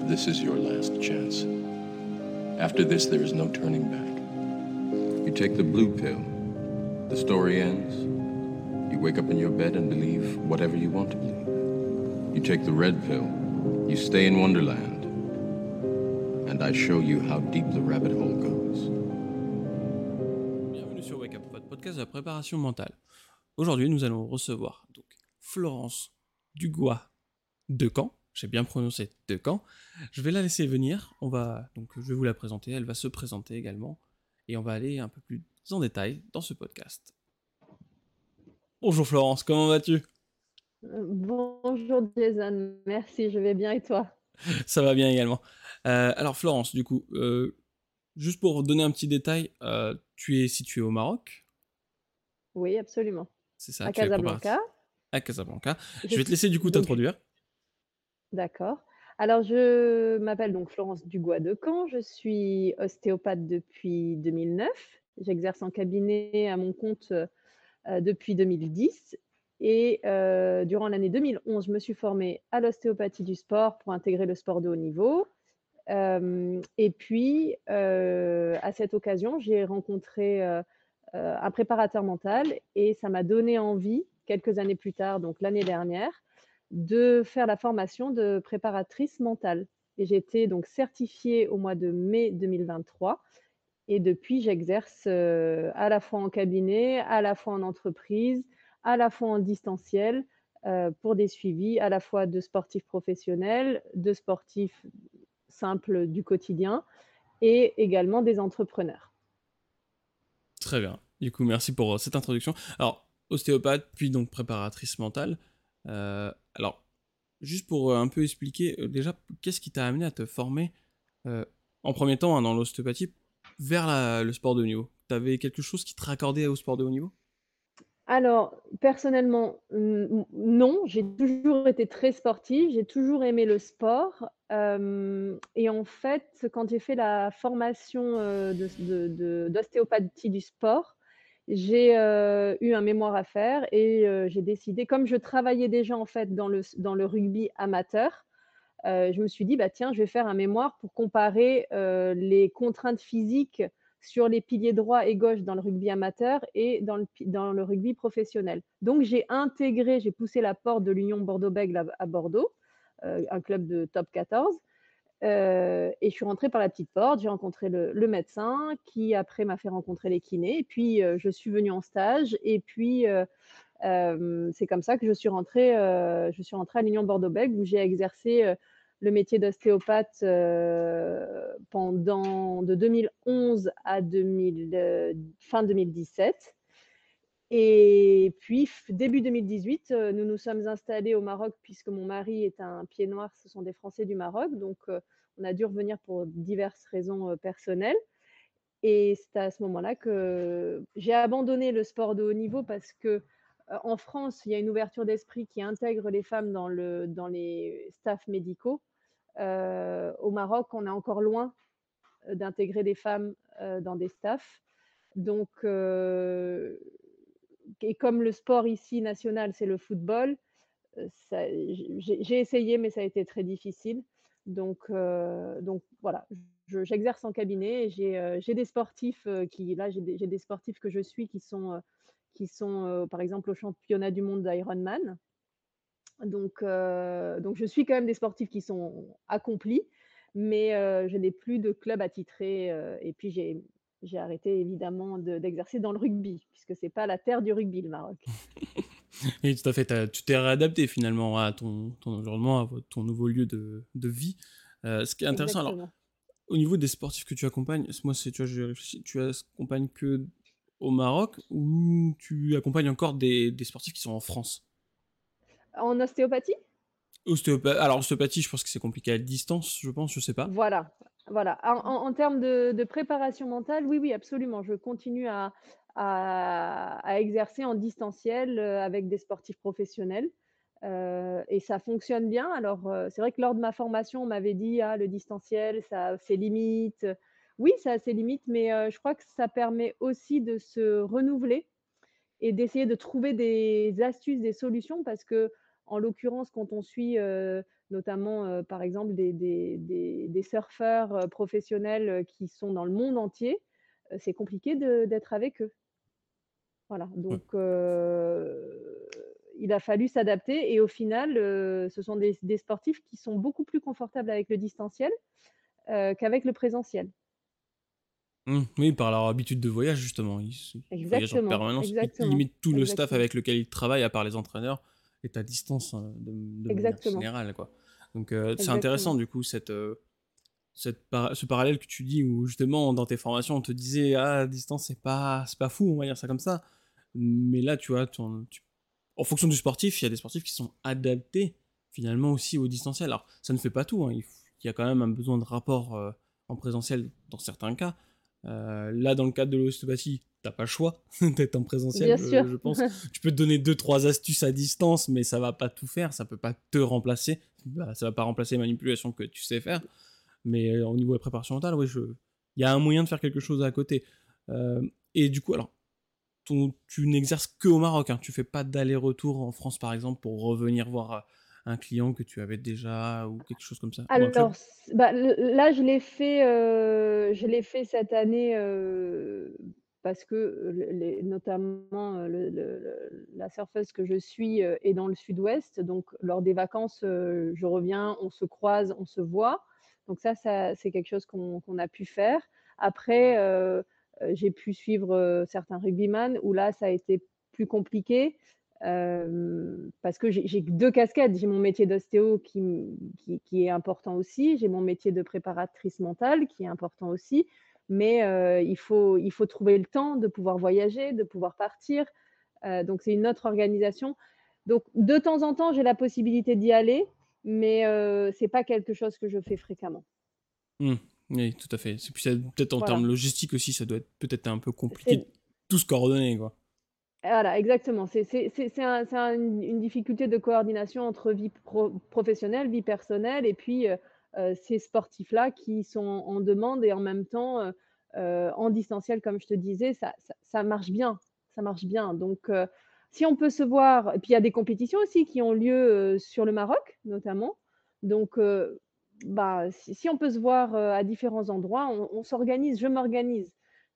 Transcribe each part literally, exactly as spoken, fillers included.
This is your last chance. After this, there is no turning back. You take the blue pill. The story ends. You wake up in your bed and believe whatever you want to believe. You take the red pill. You stay in Wonderland. And I show you how deep the rabbit hole goes. Bienvenue sur Wake Up, votre podcast de la préparation mentale. Aujourd'hui, nous allons recevoir donc Florence Dugois de Caen. J'ai bien prononcé de Caen. Je vais la laisser venir. On va donc, je vais vous la présenter. Elle va se présenter également, et on va aller un peu plus en détail dans ce podcast. Bonjour Florence, comment vas-tu ? Euh, Bonjour Jason, merci, je vais bien et toi ? Ça va bien également. Euh, alors Florence, du coup, euh, juste pour donner un petit détail, euh, tu es située au Maroc. Oui, absolument. C'est ça, À tu es Casablanca. à Casablanca. Je, Je vais te laisser du coup donc, t'introduire. D'accord. Alors, je m'appelle donc Florence Dugois de Caen. Je suis ostéopathe depuis deux mille neuf. J'exerce en cabinet à mon compte euh, depuis deux mille dix. Et euh, durant l'année deux mille onze, je me suis formée à l'ostéopathie du sport pour intégrer le sport de haut niveau. Euh, et puis, euh, à cette occasion, j'ai rencontré euh, euh, un préparateur mental et ça m'a donné envie, quelques années plus tard, donc l'année dernière, de faire la formation de préparatrice mentale. Et j'ai été donc certifiée au mois de mai deux mille vingt-trois. Et depuis, j'exerce euh, à la fois en cabinet, à la fois en entreprise, à la fois en distanciel, euh, pour des suivis à la fois de sportifs professionnels, de sportifs simples du quotidien et également des entrepreneurs. Très bien. Du coup, merci pour euh, cette introduction. Alors, ostéopathe, puis donc préparatrice mentale. Euh, alors, juste pour euh, un peu expliquer, euh, déjà, qu'est-ce qui t'a amené à te former euh, en premier temps hein, dans l'ostéopathie vers la- le sport de haut niveau ? T'avais quelque chose qui te raccordait au sport de haut niveau ? Alors, personnellement, n- non, j'ai toujours été très sportive, j'ai toujours aimé le sport. Euh, et en fait, quand j'ai fait la formation euh, de- de- de- d'ostéopathie du sport, j'ai euh, eu un mémoire à faire et euh, j'ai décidé, comme je travaillais déjà en fait dans le, dans le rugby amateur, euh, je me suis dit, bah, tiens, je vais faire un mémoire pour comparer euh, les contraintes physiques sur les piliers droit et gauche dans le rugby amateur et dans le, dans le rugby professionnel. Donc, j'ai intégré, j'ai poussé la porte de l'Union Bordeaux-Bègles à, à Bordeaux, euh, un club de top quatorze. Euh, et je suis rentrée par la petite porte, j'ai rencontré le, le médecin qui après m'a fait rencontrer les kinés. Et puis, euh, je suis venue en stage. Et puis, euh, euh, c'est comme ça que je suis rentrée, euh, je suis rentrée à l'Union Bordeaux-Bègles où j'ai exercé euh, le métier d'ostéopathe euh, pendant de deux mille onze à deux mille, euh, fin deux mille dix-sept. Et puis, début deux mille dix-huit, euh, nous nous sommes installés au Maroc puisque mon mari est un pied noir, ce sont des Français du Maroc. Donc, euh, on a dû revenir pour diverses raisons euh, personnelles. Et c'est à ce moment-là que j'ai abandonné le sport de haut niveau parce que euh, en France, il y a une ouverture d'esprit qui intègre les femmes dans, le, dans les staffs médicaux. Euh, au Maroc, on est encore loin d'intégrer des femmes euh, dans des staffs. Donc, euh, et comme le sport ici national, c'est le football, ça, j'ai, j'ai essayé, mais ça a été très difficile. Donc, euh, donc voilà, je, j'exerce en cabinet et j'ai, euh, j'ai des sportifs euh, qui, là, j'ai des, j'ai des sportifs que je suis qui sont, euh, qui sont euh, par exemple, au championnat du monde d'Ironman. Donc, euh, donc, je suis quand même des sportifs qui sont accomplis, mais euh, je n'ai plus de club attitré. Euh, et puis, j'ai, j'ai arrêté évidemment de, d'exercer dans le rugby, puisque ce n'est pas la terre du rugby, le Maroc. Oui, tout à fait. Tu t'es réadapté finalement à ton, ton environnement, à ton nouveau lieu de, de vie. Euh, ce qui est intéressant, Exactement. alors, au niveau des sportifs que tu accompagnes, moi, c'est, tu vois, je réfléchis, tu accompagnes que au Maroc ou tu accompagnes encore des, des sportifs qui sont en France ? En ostéopathie ? Ostéopathie, alors ostéopathie, je pense que c'est compliqué à distance, je pense, je sais pas. Voilà, voilà. En, en- en termes de, de préparation mentale, oui, oui, absolument. Je continue à, à- à exercer en distanciel euh, avec des sportifs professionnels. Euh, et ça fonctionne bien. Alors, euh, c'est vrai que lors de ma formation, on m'avait dit, ah, le distanciel, ça a ses limites. Oui, ça a ses limites, mais euh, je crois que ça permet aussi de se renouveler et d'essayer de trouver des astuces, des solutions, parce que, en l'occurrence, quand on suit euh, notamment, heu, par exemple des des des des surfeurs, heu, professionnels, heu, qui sont dans le monde entier, heu, c'est compliqué de d'être avec eux. Voilà, Ouais. donc heu, il a fallu s'adapter et au final, heu, ce sont des des sportifs qui sont beaucoup plus confortables avec le distanciel, heu, qu'avec le présentiel. Mmh, oui, par leur habitude de voyage justement, ils se ils voyagent en Exactement, permanence et puis exactement, limite tout le staff exactement, avec lequel ils travaillent, à part les entraîneurs, est à distance, heu, de de manière exactement, générale, quoi. Donc heu, c'est intéressant exactement. du coup cette, heu, cette para ce parallèle que tu dis où justement dans tes formations on te disait: «Ah à distance c'est pas c'est pas fou», on va dire ça comme ça. Mais là tu vois, ton tu en fonction du sportif, il y a des sportifs qui sont adaptés finalement aussi au distanciel. Alors ça ne fait pas tout, hein, il f il y a quand même un besoin de rapport, heu, en présentiel dans certains cas. Heu, là dans le cadre de l'ostéopathie, tu as pas le choix d'être en présentiel, Bien sûr. je je pense. Tu peux te donner deux trois astuces à distance, mais ça va pas tout faire, ça peut pas te remplacer. Bah, ça va pas remplacer les manipulations que tu sais faire. Mais euh, au niveau de la préparation mentale, oui, je... il y a un moyen de faire quelque chose à côté. Euh, et du coup, alors, ton... tu n'exerces que au Maroc, hein, tu fais pas d'aller-retour en France, par exemple, pour revenir voir euh, un client que tu avais déjà ou quelque chose comme ça, ou un club. Alors s bah, l là, je l'ai fait, heu, je l'ai fait cette année, heu, parce que, heu, le les notamment, heu, le le le la surfeuse que je suis, heu, est dans le sud-ouest, donc lors des vacances, heu, je reviens, on se croise, on se voit. Donc ça ça c'est quelque chose qu'on qu'on a pu faire. Après, heu heu, j'ai pu suivre, heu, certains rugbyman où là, ça a été plus compliqué. Hem, parce que j'ai j'ai que deux casquettes. J'ai mon métier d'ostéo qui m qui qui est important aussi. J'ai mon métier de préparatrice mentale qui est important aussi. Mais, heu, il faut il faut trouver le temps de pouvoir voyager, de pouvoir partir. Heu, donc c'est une autre organisation. Donc de temps en temps, j'ai la possibilité d'y aller, mais, heu, c'est pas quelque chose que je fais fréquemment. Hmm, oui, tout à fait. C'est puis ça- peut-être en termes Voilà. logistiques aussi, ça doit être peut-être un peu compliqué de C'est tout se coordonner, quoi. Voilà, exactement. C'est c'est c'est c'est un c'est un une une difficulté de coordination entre vie pro professionnelle, vie personnelle et puis, heu heu, ces sportifs-là qui sont en demande et en même temps, heu heu, en distanciel comme je te disais, ça ça ça marche bien, ça marche bien. Donc, heu, si on peut se voir et puis il y a des compétitions aussi qui ont lieu, heu, sur le Maroc notamment. Donc, heu, bah, si si on peut se voir, heu, à différents endroits, on on s'organise, je m'organise.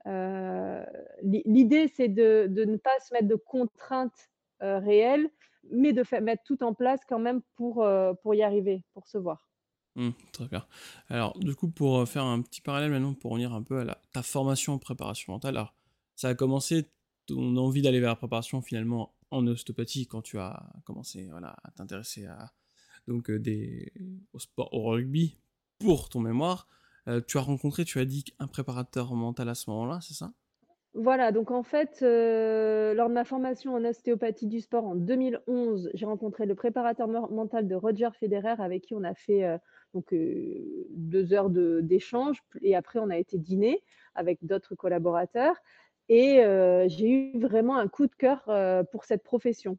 Heu, l'i l'idée, c'est de de ne pas se mettre de contraintes, heu, réelles, mais de fai mettre tout en place quand même pour, heu, pour y arriver, pour se voir. Hmm, très bien. Alors, du coup, pour euh, faire un petit parallèle maintenant, pour revenir un peu à la, ta formation en préparation mentale, alors, ça a commencé ton envie d'aller vers la préparation finalement en ostéopathie quand tu as commencé voilà, à t'intéresser à, donc, euh, des, au sport, au rugby pour ton mémoire. Euh, tu as rencontré, tu as dit, un préparateur mental à ce moment-là, c'est ça? Voilà, donc en fait, heu, lors de ma formation en ostéopathie du sport en deux mille onze, j'ai rencontré le préparateur mor mental de Roger Federer avec qui on a fait, heu, donc heu, deux heures de d'échange et après on a été dîner avec d'autres collaborateurs et heu, j'ai eu vraiment un coup de cœur, heu, pour cette profession.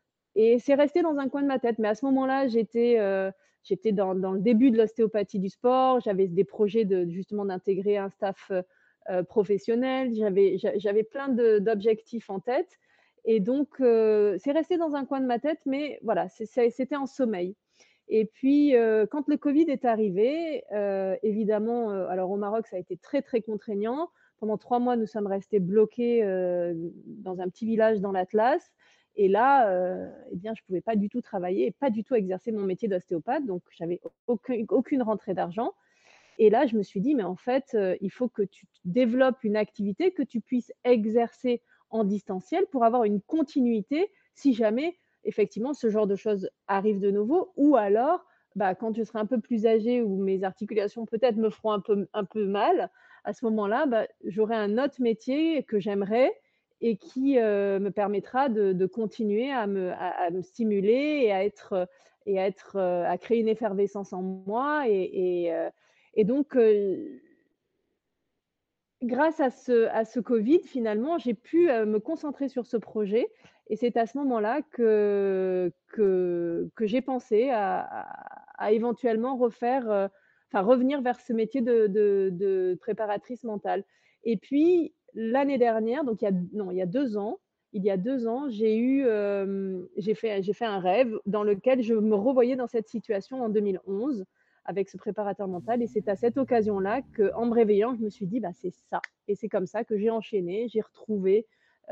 Et c'est resté dans un coin de ma tête. Mais à ce moment-là, j'étais, heu, j'étais dans dans le début de l'ostéopathie du sport. J'avais des projets de justement d'intégrer un staff, heu heu, professionnel. J'avais j'a j'avais plein de d'objectifs en tête et donc heu, c'est resté dans un coin de ma tête, mais voilà, c'est c'est c'était en sommeil. Et puis, heu, quand le covid est arrivé, heu, évidemment, heu, alors au Maroc, ça a été très, très contraignant. Pendant trois mois, nous sommes restés bloqués, heu, dans un petit village dans l'Atlas et là, heu, eh bien, je pouvais pas du tout travailler et pas du tout exercer mon métier d'ostéopathe, donc j'avais aucun aucune rentrée d'argent et là, je me suis dit: «Mais en fait, heu, il faut que tu t développes une activité que tu puisses exercer en distanciel pour avoir une continuité si jamais, effectivement, ce genre de choses arrive de nouveau ou alors, bah, quand je serai un peu plus âgée ou mes articulations peut-être me feront un peu un peu mal, à ce moment-là, bah, j'aurai un autre métier que j'aimerais et qui, heu, me permettra de de continuer à me à à me stimuler et à être, et à être, heu, à créer une effervescence en moi et et heu et donc, heu, grâce à ce à ce covid, finalement, j'ai pu, heu, me concentrer sur ce projet et c'est à ce moment-là que que que j'ai pensé à à à éventuellement refaire, heu, enfin revenir vers ce métier de de de préparatrice mentale et puis l'année dernière, donc il y a non, il y a deux ans, il y a deux ans, j'ai eu, hem, j'ai fait j'ai fait un rêve dans lequel je me revoyais dans cette situation en deux mille onze avec ce préparateur mental et c'est à cette occasion-là qu'en me réveillant, je me suis dit: «Bah, c'est ça» et c'est comme ça que j'ai enchaîné. J'ai retrouvé,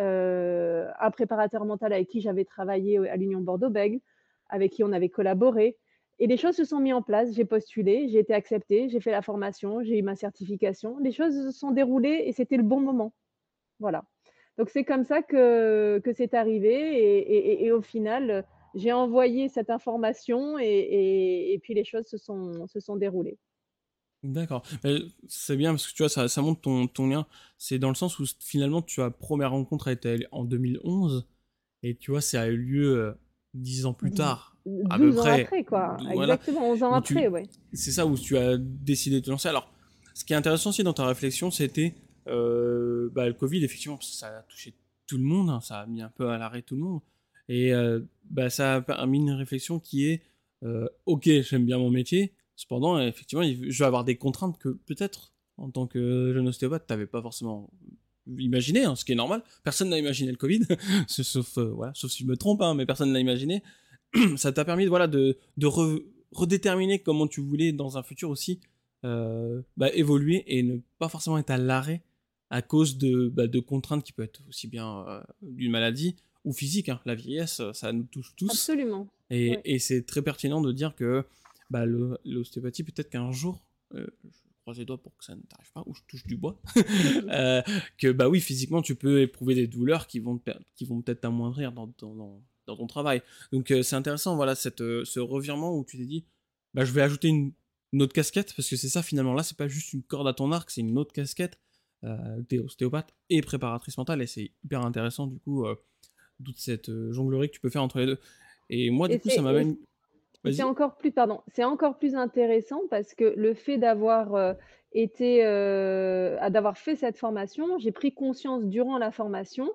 heu, un préparateur mental avec qui j'avais travaillé, à l'Union Bordeaux-Bègles, avec qui on avait collaboré et les choses se sont mis en place. J'ai postulé, j'ai été acceptée, j'ai fait la formation, j'ai eu ma certification. Les choses se sont déroulées et c'était le bon moment. Voilà. Donc c'est comme ça que que c'est arrivé et et et et au final, heu, j'ai envoyé cette information et et et puis les choses se sont se sont déroulées. D'accord. Heu, c'est bien parce que tu vois, ça ça montre ton ton lien. C'est dans le sens où s finalement, tu as première rencontre a été en deux mille onze et tu vois, ça a eu lieu, heu, dix ans plus D tard, à peu douze ans près, après quoi, d voilà, exactement, onze ans où après, tu ouais. c'est ça, où tu as décidé de te lancer. Alors, ce qui est intéressant aussi dans ta réflexion, c'était, heu, bah, le covid effectivement, parce que ça a touché tout le monde, hein, ça a mis un peu à l'arrêt tout le monde et heu, bah, ça a permis une réflexion qui est, heu: «OK, j'aime bien mon métier, cependant, effectivement, il je vais avoir des contraintes que peut-être, en tant que jeune ostéopathe, tu avais pas forcément imaginé, hein», ce qui est normal. Personne n'a imaginé le covid, sauf, heu, voilà, sauf si je me trompe, hein, mais personne ne l'a imaginé. Ça t'a permis, voilà, de de re redéterminer comment tu voulais dans un futur aussi, heu, bah, évoluer et ne pas forcément être à l'arrêt à cause de, bah, de contraintes qui peuvent être aussi bien, heu, d'une maladie ou physique, hein. La vieillesse, heu, ça nous touche tous Absolument, et ouais. et c'est très pertinent de dire que, bah, le l'ostéopathie peut-être qu'un jour, heu, je croise les doigts pour que ça ne t'arrive pas ou je touche du bois, heu, que, bah, oui, physiquement, tu peux éprouver des douleurs qui vont te per qui vont peut-être t'amoindrir dans dans dans dans ton travail. Donc heu, c'est intéressant, voilà, cette, heu, ce revirement où tu t'es dit: «Bah, je vais ajouter une une autre casquette», parce que c'est ça finalement, là, c'est pas juste une corde à ton arc, c'est une autre casquette. Heu, tu es ostéopathe et préparatrice mentale et c'est hyper intéressant du coup, heu, toute cette, heu, jonglerie que tu peux faire entre les deux et moi, du Et coup, ça c'est et m'amène Et c'est vas-y? encore plus pardon, c'est encore plus intéressant parce que le fait d'avoir, heu, été, heu, à d'avoir fait cette formation, j'ai pris conscience durant la formation,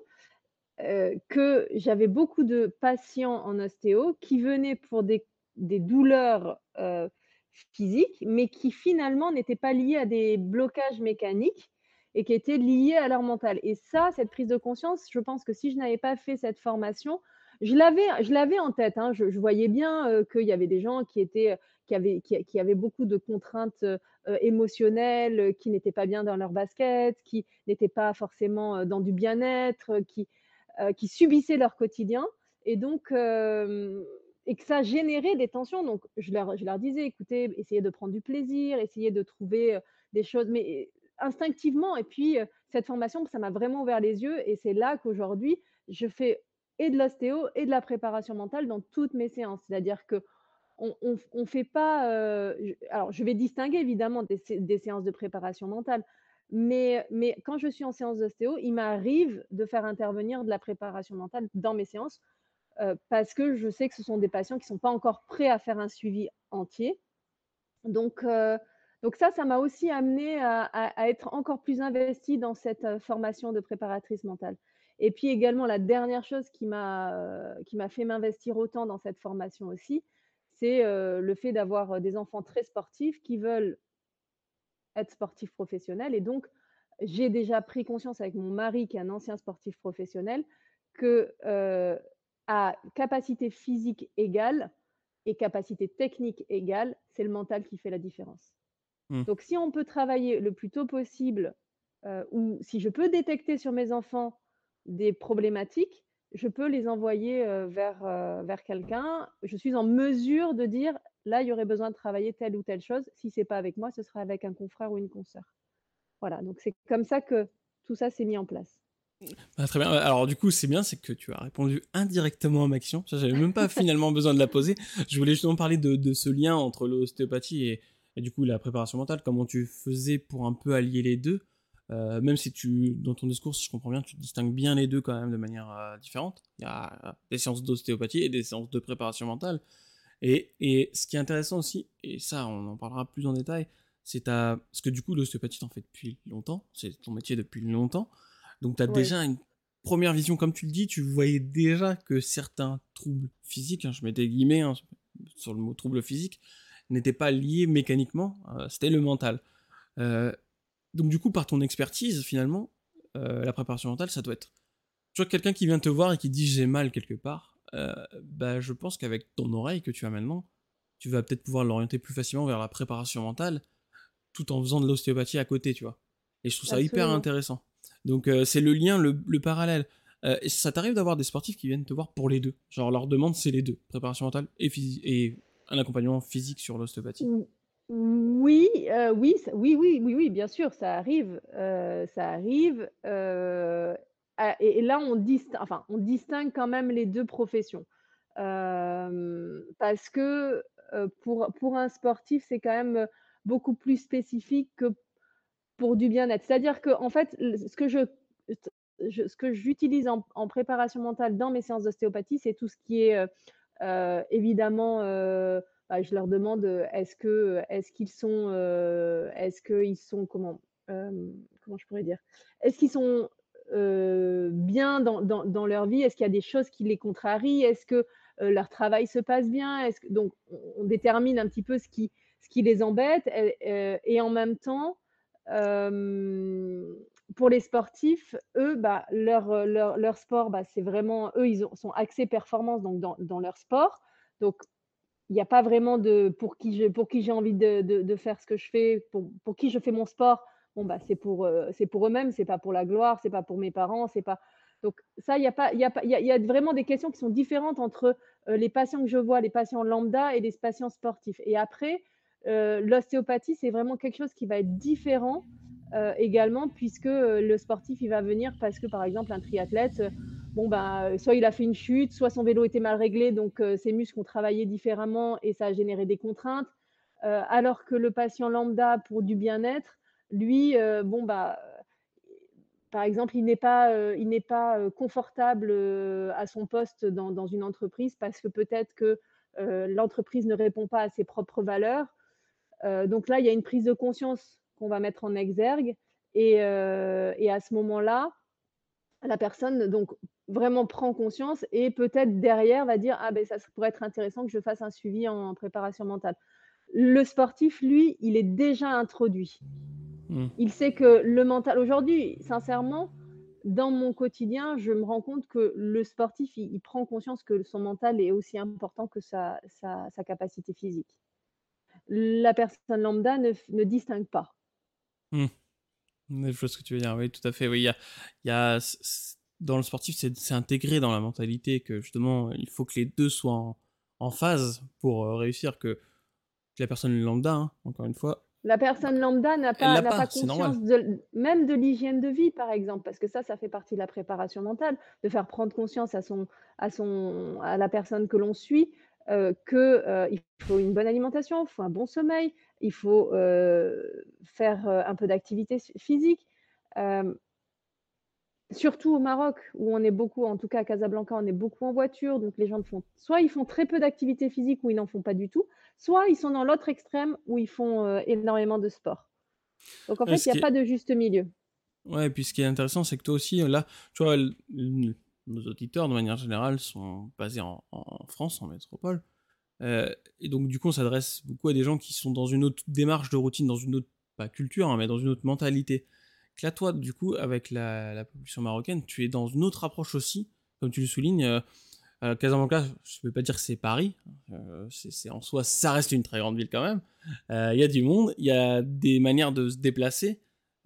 heu, que j'avais beaucoup de patients en ostéo qui venaient pour des des douleurs, heu, physiques, mais qui finalement n'étaient pas liées à des blocages mécaniques et qui étaient liés à leur mental et ça, cette prise de conscience, je pense que si je n'avais pas fait cette formation, je l'avais je l'avais en tête, hein. Je je voyais bien, heu, qu'il y avait des gens qui étaient, qui avaient qui qui avaient beaucoup de contraintes, heu heu, émotionnelles, heu, qui n'étaient pas bien dans leur basket, qui n'étaient pas forcément, heu, dans du bien-être, heu, qui, heu, qui subissaient leur quotidien et donc hem et que ça générait des tensions donc je leur je leur disais: «Écoutez, essayez de prendre du plaisir, essayez de trouver, heu, des choses» mais instinctivement et puis, heu, cette formation, ça m'a vraiment ouvert les yeux et c'est là qu'aujourd'hui, je fais et de l'ostéo et de la préparation mentale dans toutes mes séances. C'est-à-dire qu'on on f on fait pas, heu, j alors je vais distinguer évidemment des sé des séances de préparation mentale, mais mais quand je suis en séance d'ostéo, il m'arrive de faire intervenir de la préparation mentale dans mes séances, heu, parce que je sais que ce sont des patients qui sont pas encore prêts à faire un suivi entier. Donc heu, donc ça, ça m'a aussi amenée à à à être encore plus investie dans cette, heu, formation de préparatrice mentale. Et puis également la dernière chose qui m'a, heu, qui m'a fait m'investir autant dans cette formation aussi, c'est, heu, le fait d'avoir, heu, des enfants très sportifs qui veulent être sportifs professionnels et donc j'ai déjà pris conscience avec mon mari qui est un ancien sportif professionnel que, heu, à capacité physique égale et capacité technique égale, c'est le mental qui fait la différence. Mmh. Donc si on peut travailler le plus tôt possible, heu, ou si je peux détecter sur mes enfants des problématiques, je peux les envoyer, heu, vers, heu, vers quelqu'un. Je suis en mesure de dire: «Là, il y aurait besoin de travailler telle ou telle chose. Si c'est pas avec moi, ce sera avec un confrère ou une consoeur». Voilà, donc c'est comme ça que tout ça s'est mis en place. Ah, très bien. Alors du coup, c'est bien, c'est que tu as répondu indirectement à ma question. Ça, j'avais même pas finalement besoin de la poser. Je voulais justement parler de de ce lien entre l'ostéopathie et et du coup la préparation mentale. Comment tu faisais pour un peu allier les deux? Heu, même si tu dans ton discours, si je comprends bien, tu distingues bien les deux quand même de manière, heu, différente. Il y a des séances d'ostéopathie et des séances de préparation mentale et et ce qui est intéressant aussi et ça, on en parlera plus en détail, c'est ta parce que du coup l'ostéopathie, tu en fais depuis longtemps, c'est ton métier depuis longtemps. Donc tu as Oui, déjà une première vision, comme tu le dis, tu voyais déjà que certains troubles physiques, hein, je mets des guillemets, hein, sur le mot trouble physique, n'étaient pas liés mécaniquement, heu, c'était le mental. Heu, donc du coup, par ton expertise, finalement, heu, la préparation mentale, ça doit être tu vois, quelqu'un qui vient te voir et qui dit j'ai mal quelque part, euh, bah, je pense qu'avec ton oreille que tu as maintenant, tu vas peut-être pouvoir l'orienter plus facilement vers la préparation mentale, tout en faisant de l'ostéopathie à côté, tu vois. Et je trouve ça hyper Absolument. intéressant. Donc euh, c'est le lien, le, le parallèle. Euh, et ça t'arrive d'avoir des sportifs qui viennent te voir pour les deux. Genre leur demande c'est les deux, préparation mentale et, physi- et un accompagnement physique sur l'ostéopathie. Ou oui, heu, oui, ça oui, oui, oui, oui, bien sûr, ça arrive, heu, ça arrive, heu, ah et et là, on dist enfin, on distingue quand même les deux professions. Hem, parce que, heu, pour pour un sportif, c'est quand même, beaucoup plus spécifique que pour du bien-être. C'est-à-dire qu'en fait, l ce que je je ce que j'utilise en en préparation mentale dans mes séances d'ostéopathie, c'est tout ce qui est, heu Heu, évidemment, heu, bah, je leur demande, heu, est-ce que, est-ce qu'ils sont, heu, est-ce qu'ils sont comment, hem, comment je pourrais dire? Est-ce qu'ils sont, heu, bien dans dans dans leur vie? Est-ce qu'il y a des choses qui les contrarient? Est-ce que, heu, leur travail se passe bien? Est-ce que donc on on détermine un petit peu ce qui ce qui les embête et heu et en même temps, hem, pour les sportifs, eux, bah, leur, heu, leur leur sport, bah, c'est vraiment eux, ils ont sont axés performance donc dans dans leur sport. Donc il y a pas vraiment de pour qui je pour qui j'ai envie de de de faire ce que je fais, pour pour qui je fais mon sport, bon, bah, c'est pour, heu, c'est pour eux-mêmes, c'est pas pour la gloire, c'est pas pour mes parents, c'est pas donc ça, il y a pas il y a pas il y a il y a vraiment des questions qui sont différentes entre, heu, les patients que je vois, les patients lambda et les patients sportifs et après, heu, l'ostéopathie, c'est vraiment quelque chose qui va être différent, heu, également puisque, heu, le sportif, il va venir parce que, par exemple, un triathlète, heu, bon, ben, heu, soit il a fait une chute, soit son vélo était mal réglé, donc heu, ses muscles ont travaillé différemment et ça a généré des contraintes. Heu, alors que le patient lambda pour du bien-être, lui, heu, bon, bah, par exemple, il n'est pas, heu, il n'est pas, heu, confortable, heu, à son poste dans dans une entreprise parce que peut-être que, heu, l'entreprise ne répond pas à ses propres valeurs. Heu, donc là, il y a une prise de conscience qu'on va mettre en exergue et heu et à ce moment-là, la personne donc vraiment prend conscience et peut-être derrière va dire: «Ah ben ça, ça pourrait être intéressant que je fasse un suivi en préparation mentale». Le sportif, lui, il est déjà introduit. Hmm. Il sait que le mental aujourd'hui, sincèrement, dans mon quotidien, je me rends compte que le sportif, il il prend conscience que son mental est aussi important que sa sa sa capacité physique. La personne lambda ne f ne distingue pas. Hmm. Je vois ce que tu veux dire, oui, tout à fait. Oui, il y a, il y a, c- c- dans le sportif, c'est c'est intégré dans la mentalité que justement, il faut que les deux soient en, en phase pour euh, réussir. Que, que la personne lambda, hein, encore une fois, La bah, personne lambda n'a elle pas l'a n'a pas pas, c'est normal. conscience de même de l'hygiène de vie, par exemple, parce que ça, ça fait partie de la préparation mentale, de faire prendre conscience à son à son à la personne que l'on suit, heu, que, heu, il faut une bonne alimentation, il faut un bon sommeil, il faut, heu, faire, heu, un peu d'activité s physique. Hem, Surtout au Maroc où on est beaucoup, en tout cas à Casablanca, on est beaucoup en voiture, donc les gens font soit ils font très peu d'activité physique ou ils n'en font pas du tout, soit ils sont dans l'autre extrême où ils font, heu, énormément de sport. Donc en Ouais, fait, ce il y a qui pas est, de juste milieu. ouais, et puis ce qui est intéressant, c'est que toi aussi, là, tu vois, l- l- nos auditeurs, de manière générale, sont basés en, en France, en métropole. Euh, et donc, du coup, on s'adresse beaucoup à des gens qui sont dans une autre démarche de routine, dans une autre, pas culture, hein, mais dans une autre mentalité. Que là, toi, du coup, avec la, la population marocaine, tu es dans une autre approche aussi, comme tu le soulignes. Euh, euh, Casablanca, je ne veux pas dire que c'est Paris, euh, c'est c'est en soi, ça reste une très grande ville quand même. Euh, Il y a du monde, il y a des manières de se déplacer.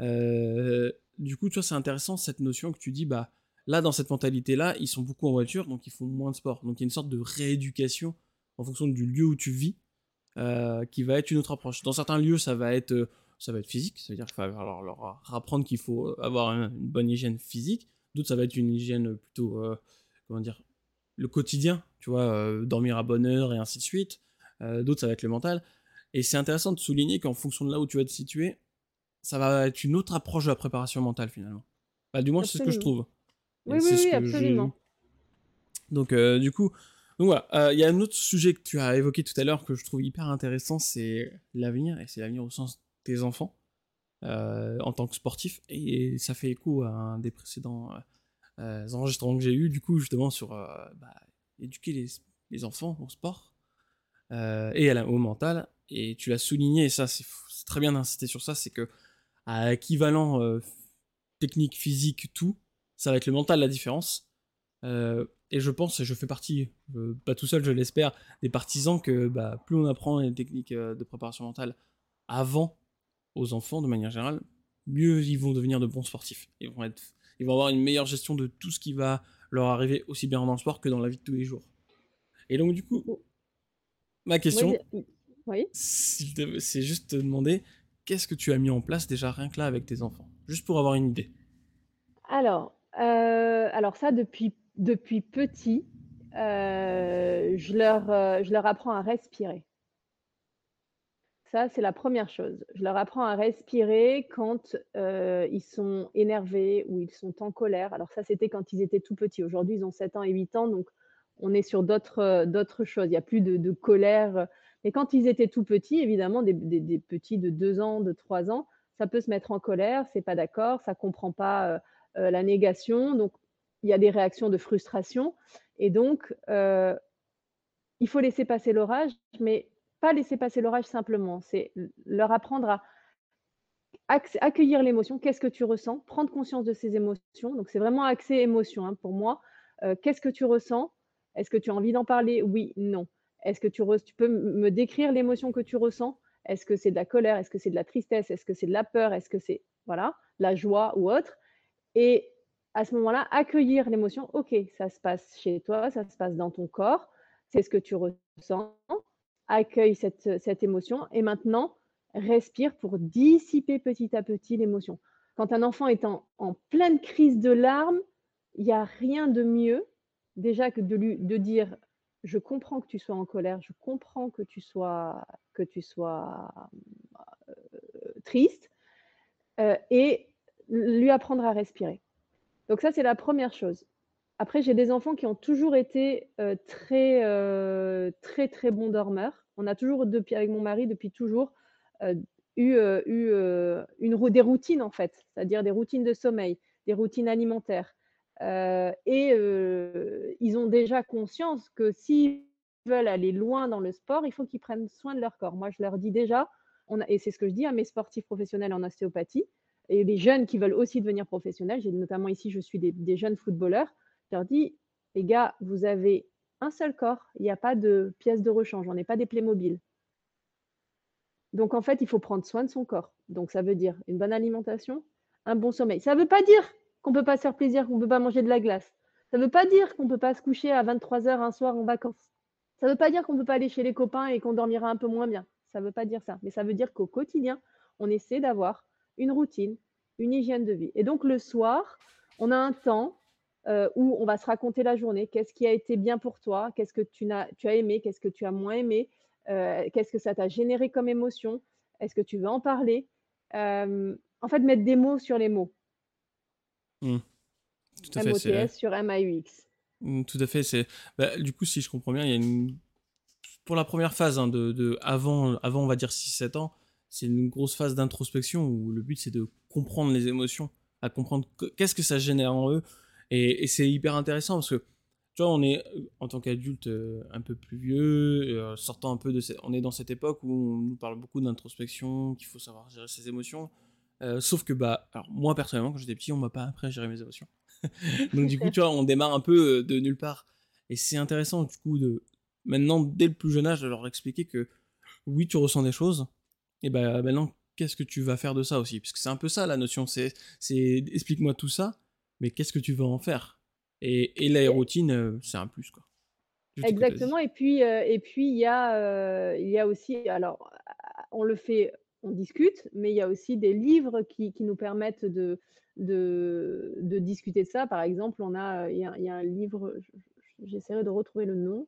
Euh, du coup, tu vois, c'est intéressant cette notion que tu dis, bah, là, dans cette mentalité-là, ils sont beaucoup en voiture, donc ils font moins de sport. Donc il y a une sorte de rééducation en fonction du lieu où tu vis, euh, qui va être une autre approche. Dans certains lieux, ça va être, euh, ça va être physique, c'est-à-dire qu'il va leur, leur apprendre qu'il faut avoir un- une bonne hygiène physique. D'autres, ça va être une hygiène plutôt, euh, comment dire, le quotidien, tu vois, euh, dormir à bonne heure et ainsi de suite. Euh, D'autres, ça va être le mental. Et c'est intéressant de souligner qu'en fonction de là où tu vas te situer, ça va être une autre approche de la préparation mentale finalement. Bah, du moins, c'est ce que je Absolument. trouve. Et Oui, oui, c'est ce oui, que j'ai vu. absolument. Donc, euh, du coup, donc voilà. Euh, Il y a un autre sujet que tu as évoqué tout à l'heure que je trouve hyper intéressant, c'est l'avenir, et c'est l'avenir au sens des enfants euh, en tant que sportif. Et ça fait écho à un des précédents euh, enregistrements que j'ai eu, du coup, justement, sur euh, bah, éduquer les, les enfants au sport euh, et à la, au mental. Et tu l'as souligné, et ça, c'est c'est très bien d'insister sur ça, c'est que à équivalent euh, technique, physique, tout, Ça va être le mental la différence. Euh, et je pense, et je fais partie, euh, pas tout seul je l'espère, des partisans que bah, plus on apprend les techniques euh, de préparation mentale avant aux enfants de manière générale, mieux ils vont devenir de bons sportifs. Ils vont, être, ils vont avoir une meilleure gestion de tout ce qui va leur arriver aussi bien dans le sport que dans la vie de tous les jours. Et donc du coup, ma Oui, question, oui. c'est juste te demander qu'est-ce que tu as mis en place déjà rien que là avec tes enfants, juste pour avoir une idée. Alors, heu, alors ça depuis depuis petit, heu, je leur, heu, je leur apprends à respirer. Ça, c'est la première chose. Je leur apprends à respirer quand, heu, ils sont énervés ou ils sont en colère. Alors ça, c'était quand ils étaient tout petits. Aujourd'hui, ils ont sept ans et huit ans, donc on est sur d'autres, heu, d'autres choses. Il y a plus de de colère, heu, mais quand ils étaient tout petits, évidemment, des des des petits de deux ans, de trois ans, ça peut se mettre en colère, c'est pas d'accord, ça comprend pas, heu heu, la négation, donc il y a des réactions de frustration et donc heu il faut laisser passer l'orage, mais pas laisser passer l'orage simplement. C'est l leur apprendre à acc accueillir l'émotion. Qu'est-ce que tu ressens? Prendre conscience de ces émotions. Donc c'est vraiment axé émotion, hein, pour moi. Heu, qu'est-ce que tu ressens? Est-ce que tu as envie d'en parler? Oui, non. Est-ce que tu res tu peux m me décrire l'émotion que tu ressens? Est-ce que c'est de la colère? Est-ce que c'est de la tristesse? Est-ce que c'est de la peur? Est-ce que c'est voilà, la joie ou autre? Et à ce moment-là, accueillir l'émotion. OK, ça se passe chez toi, ça se passe dans ton corps, c'est ce que tu ressens. Accueille cette, cette émotion et maintenant, respire pour dissiper petit à petit l'émotion. Quand un enfant est en, en pleine crise de larmes, il n'y a rien de mieux déjà que de lui de dire je comprends que tu sois en colère, je comprends que tu sois que tu sois euh, triste euh, et lui apprendre à respirer. Donc ça, c'est la première chose. Après, j'ai des enfants qui ont toujours été, heu, très, heu, très, très bons dormeurs. On a toujours depuis avec mon mari, depuis toujours, heu, eu, heu eu, heu, une rou des routines, en fait, c'est-à-dire des routines de sommeil, des routines alimentaires, heu et heu, ils ont déjà conscience que s'ils veulent aller loin dans le sport, il faut qu'ils prennent soin de leur corps. Moi, je leur dis déjà, on a et c'est ce que je dis à mes sportifs professionnels en ostéopathie et les jeunes qui veulent aussi devenir professionnels. J'ai notamment ici, je suis des des jeunes footballeurs. Je leur dis: «Les gars, vous avez un seul corps, il n'y a pas de pièces de rechange, on n'est pas des Playmobil. Donc en fait, il faut prendre soin de son corps». Donc ça veut dire une bonne alimentation, un bon sommeil. Ça ne veut pas dire qu'on ne peut pas se faire plaisir, qu'on ne peut pas manger de la glace. Ça ne veut pas dire qu'on ne peut pas se coucher à vingt-trois heures un soir en vacances. Ça ne veut pas dire qu'on ne peut pas aller chez les copains et qu'on dormira un peu moins bien. Ça ne veut pas dire ça. Mais ça veut dire qu'au quotidien, on essaie d'avoir une routine, une hygiène de vie. Et donc le soir, on a un temps euh, où on va se raconter la journée. Qu'est-ce qui a été bien pour toi? Qu'est-ce que tu as, tu as aimé? Qu'est-ce que tu as moins aimé? Euh, qu'est-ce que ça t'a généré comme émotion? Est-ce que tu veux en parler? Euh, En fait, mettre des mots sur les mots. Mmh, tout à fait, c'est M O T S sur M A U X. mmh, tout à fait, c'est bah, du coup si je comprends bien, il y a une pour la première phase hein, de, de avant avant on va dire six sept ans, c'est une grosse phase d'introspection où le but c'est de comprendre les émotions, à comprendre que- qu'est-ce que ça génère en eux et, et c'est hyper intéressant parce que tu vois on est euh, en tant qu'adulte euh, un peu plus vieux, euh, sortant un peu de cette- on est dans cette époque où on nous parle beaucoup d'introspection, qu'il faut savoir gérer ses émotions. Euh, sauf que bah alors moi personnellement quand j'étais petit on m'a pas appris à gérer mes émotions. Donc du coup, tu vois, on démarre un peu euh, de nulle part. Et c'est intéressant, du coup, de maintenant, dès le plus jeune âge, de leur expliquer que oui, tu ressens des choses, et ben maintenant, qu'est-ce que tu vas faire de ça aussi? Parce que c'est un peu ça la notion, c'est, c'est explique-moi tout ça, mais qu'est-ce que tu vas en faire? Et, et la Et routine, euh, c'est un plus, quoi. Je t'écoute, vas-y. exactement et puis, heu et puis il y a, heu, il y a aussi alors, on le fait on discute, mais il y a aussi des livres qui qui nous permettent de de de discuter de ça. Par exemple, on a, heu, il y a il y a un livre, je je j'essaierai de retrouver le nom,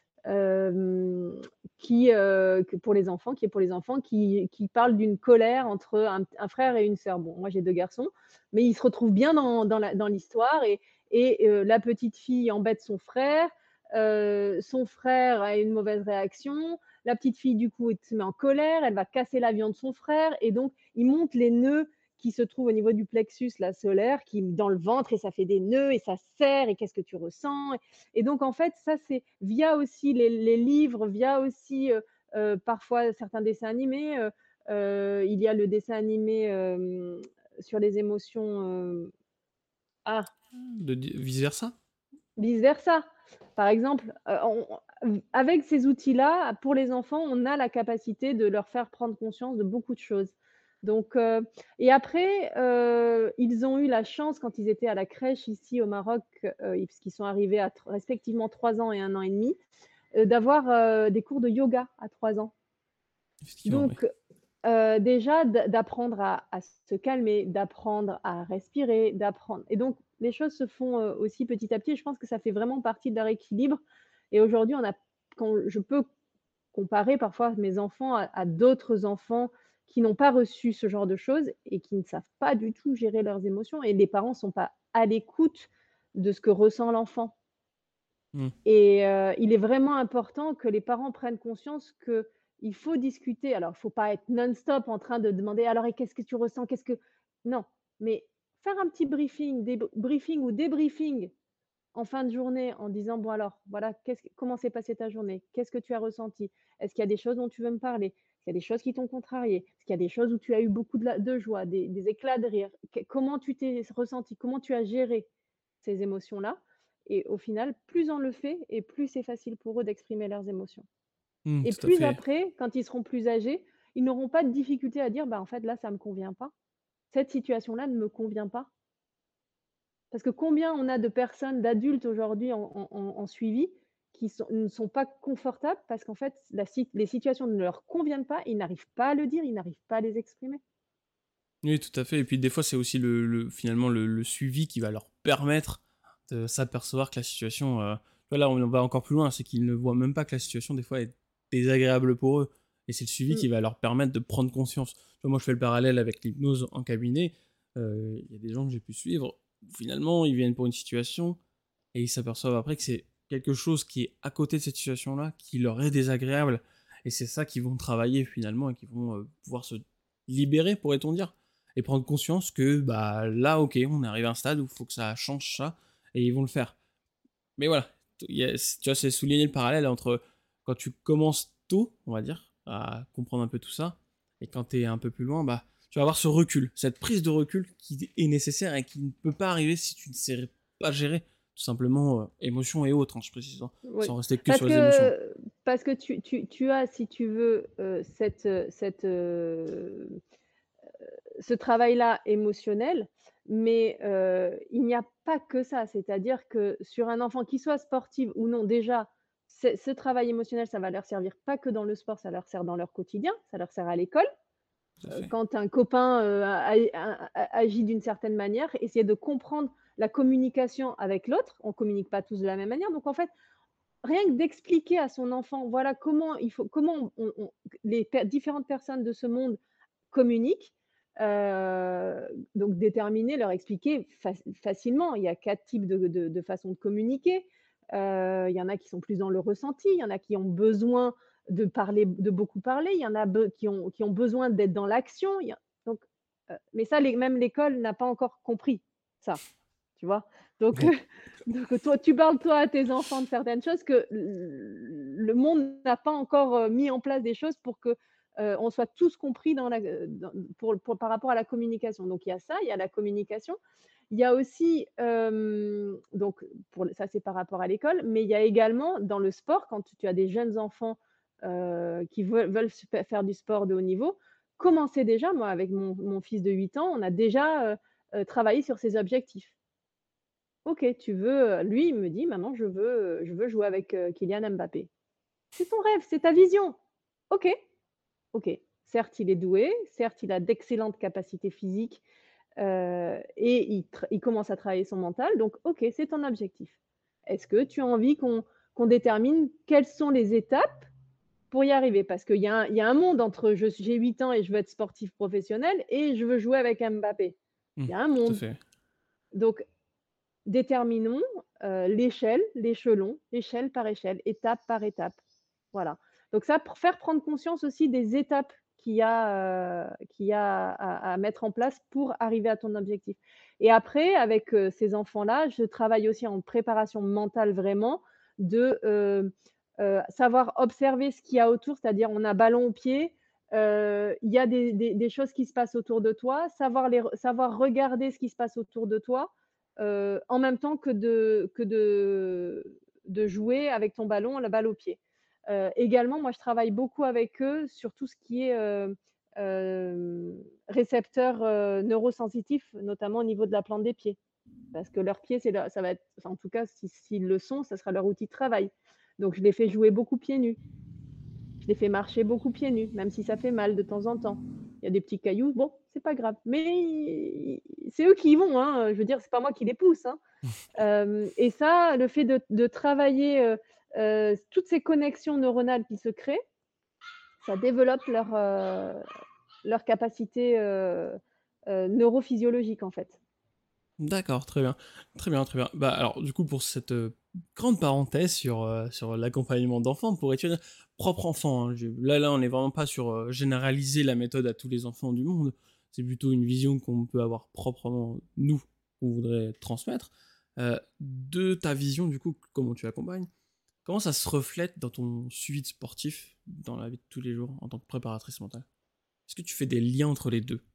hem, qui, heu, que pour les enfants qui est pour les enfants, qui qui parle d'une colère entre un un frère et une sœur. Bon, moi j'ai deux garçons, mais ils se retrouvent bien dans dans la dans l'histoire et et heu, la petite fille embête son frère, heu, son frère a une mauvaise réaction, la petite fille du coup, elle se met en colère, elle va casser l'avion de son frère et donc il monte les nœuds qui se trouvent au niveau du plexus là, solaire, qui dans le ventre et ça fait des nœuds et ça serre et qu'est-ce que tu ressens? Et donc en fait, ça c'est via aussi les les livres, via aussi, heu heu, parfois certains dessins animés, heu heu, il y a le dessin animé, hem, sur les émotions, heu Ah, De di vice versa? vice versa. Par exemple, heu, on on avec ces outils-là, pour les enfants, on a la capacité de leur faire prendre conscience de beaucoup de choses. Donc heu et après, heu, ils ont eu la chance quand ils étaient à la crèche ici au Maroc, heu, ils parce qu'ils sont arrivés à tr respectivement trois ans et un an et demi, heu, d'avoir, heu, des cours de yoga à trois ans. Effectivement, oui. Donc Heu, déjà d'a d'apprendre à à se calmer, d'apprendre à respirer, d'apprendre et donc les choses se font, heu, aussi petit à petit et je pense que ça fait vraiment partie de leur équilibre et aujourd'hui on a quand je peux comparer parfois mes enfants à à d'autres enfants qui n'ont pas reçu ce genre de choses et qui ne savent pas du tout gérer leurs émotions et les parents sont pas à l'écoute de ce que ressent l'enfant. Mmh. Et heu, il est vraiment important que les parents prennent conscience qu'il faut discuter. Alors, il faut pas être non-stop en train de demander: «Alors et qu'est-ce que tu ressens? Qu'est-ce que» non, mais faire un petit briefing, débr briefing ou débriefing en fin de journée en disant: «Bon alors, voilà, qu'est-ce que comment s'est passée ta journée? Qu'est-ce que tu as ressenti? Est-ce qu'il y a des choses dont tu veux me parler? Est-ce qu'il y a des choses qui t'ont contrarié? Est-ce qu'il y a des choses où tu as eu beaucoup de la de joie, des des éclats de rire? Qu comment tu t'es ressenti? Comment tu as géré ces émotions-là?» Et au final, plus on le fait et plus c'est facile pour eux d'exprimer leurs émotions. Mmh, Et tout à plus fait. après, quand ils seront plus âgés, ils n'auront pas de difficulté à dire: «Bah, en fait, là, ça me convient pas. Cette situation-là ne me convient pas». Parce que combien on a de personnes, d'adultes aujourd'hui en en en en suivi, qui sont ne sont pas confortables parce qu'en fait, la sit les situations ne leur conviennent pas, ils n'arrivent pas à le dire, ils n'arrivent pas à les exprimer. Oui, tout à fait et puis des fois, c'est aussi le le finalement le le suivi qui va leur permettre de s'apercevoir que la situation, heu, voilà, on va encore plus loin, c'est qu'ils ne voient même pas que la situation des fois est désagréable pour eux et c'est le suivi Mmh, qui va leur permettre de prendre conscience. Tu vois, moi, je fais le parallèle avec l'hypnose en cabinet, heu, il y a des gens que j'ai pu suivre, où finalement, ils viennent pour une situation et ils s'aperçoivent après que c'est quelque chose qui est à côté de cette situation-là, qui leur est désagréable et c'est ça qu'ils vont travailler finalement et qu'ils vont, heu, pouvoir se libérer, pourrait-on dire? Et prendre conscience que, bah, là, OK, on est arrivé à un stade où il faut que ça change ça et ils vont le faire. Mais voilà, il y a tu vois, c'est souligner le parallèle entre quand tu commences tôt, on va dire, à comprendre un peu tout ça et quand tu es un peu plus loin, bah, tu vas avoir ce recul, cette prise de recul qui est nécessaire et qui ne peut pas arriver si tu ne sais pas gérer tout simplement, heu, émotions et autres, hein, je précise, hein, oui. sans rester que Parce sur les émotions. que parce que tu tu tu as, si tu veux, heu, cette, heu, cette, heu ce travail-là émotionnel, mais heu, il n'y a pas que ça. C'est-à-dire que sur un enfant, qui soit sportif ou non, déjà, ce ce travail émotionnel, ça va leur servir pas que dans le sport, ça leur sert dans leur quotidien, ça leur sert à l'école. Tout à Heu, fait. quand un copain, heu, a a a agit d'une certaine manière, essayer de comprendre la communication avec l'autre. On communique pas tous de la même manière, donc en fait, rien que d'expliquer à son enfant, voilà comment il faut comment on on les per différentes personnes de ce monde communiquent, heu, donc déterminer, leur expliquer faci facilement. Il y a quatre types de de de façons de communiquer. Heu, il y en a qui sont plus dans le ressenti, il y en a qui ont besoin de parler de beaucoup parler, il y en a be qui ont qui ont besoin d'être dans l'action, il y a donc heu, mais ça les même l'école n'a pas encore compris ça, tu vois? Donc heu, Oui. donc toi tu parles toi à tes enfants de certaines choses que l le monde n'a pas encore, heu, mis en place des choses pour que heu, on soit tous compris dans la heu, dans pour pour par rapport à la communication. Donc il y a ça, il y a la communication. Il y a aussi, hem, donc pour ça c'est par rapport à l'école, mais il y a également dans le sport, quand tu as des jeunes enfants, heu, qui veulent veulent se fa faire du sport de haut niveau, commencer déjà, moi avec mon mon fils de huit ans, on a déjà, heu heu, travaillé sur ses objectifs. OK, tu veux, heu lui il me dit: «Maman je veux, heu, je veux jouer avec, heu, Kylian Mbappé». C'est ton rêve, c'est ta vision. OK. OK. Certes, il est doué, certes, il a d'excellentes capacités physiques, heu et il tr il commence à travailler son mental, donc OK, c'est ton objectif. Est-ce que tu as envie qu'on qu'on détermine quelles sont les étapes pour y arriver? Parce qu'il y a un il y a un monde entre je suis j'ai huit ans et je veux être sportif professionnel et je veux jouer avec Mbappé. Mmh, Il y a un tout à monde. fait. Donc déterminons, heu, l'échelle, l'échelon, échelle par échelle, étape par étape. Voilà. Donc ça, pour faire prendre conscience aussi des étapes qu'il y a, heu, qu'il y a à à mettre en place pour arriver à ton objectif. Et après, avec, heu, ces enfants-là, je travaille aussi en préparation mentale vraiment de, heu heu, savoir observer ce qu'il y a autour, c'est-à-dire on a ballon au pied, heu, il y a des des des choses qui se passent autour de toi, savoir les re savoir regarder ce qui se passe autour de toi, heu, en même temps que de que de de jouer avec ton ballon, la balle au pied. Heu, également, moi, je travaille beaucoup avec eux sur tout ce qui est, heu, hem, récepteurs, heu, neurosensitifs, notamment au niveau de la plante des pieds. Parce que leurs pieds, c'est leur ça va être enfin, en tout cas, si s'ils le sont, ça sera leur outil de travail. Donc je les fais jouer beaucoup pieds nus. Je les fais marcher beaucoup pieds nus, même si ça fait mal de temps en temps. Il y a des petits cailloux, bon, c'est pas grave. Mais c'est eux qui y vont, hein, je veux dire, c'est pas moi qui les pousse, hein. Hem et ça, le fait de de travailler, heu heu, toutes ces connexions neuronales qui se créent, ça développe leur, heu, leur capacité, heu heu, neurophysiologique, en fait. D'accord, très bien. Très bien, très bien. Bah, alors, du coup, pour cette, heu, grande parenthèse sur, heu, sur l'accompagnement d'enfants, pourrais-tu dire propre enfant, hein, je là là, on est vraiment pas sur, heu, généraliser la méthode à tous les enfants du monde. C'est plutôt une vision qu'on peut avoir proprement nous, qu'on voudrait transmettre. Heu, de ta vision, du coup, comment tu accompagnes, comment ça se reflète dans ton suivi de sportif, dans la vie de tous les jours, en tant que préparatrice mentale? Est-ce que tu fais des liens entre les deux?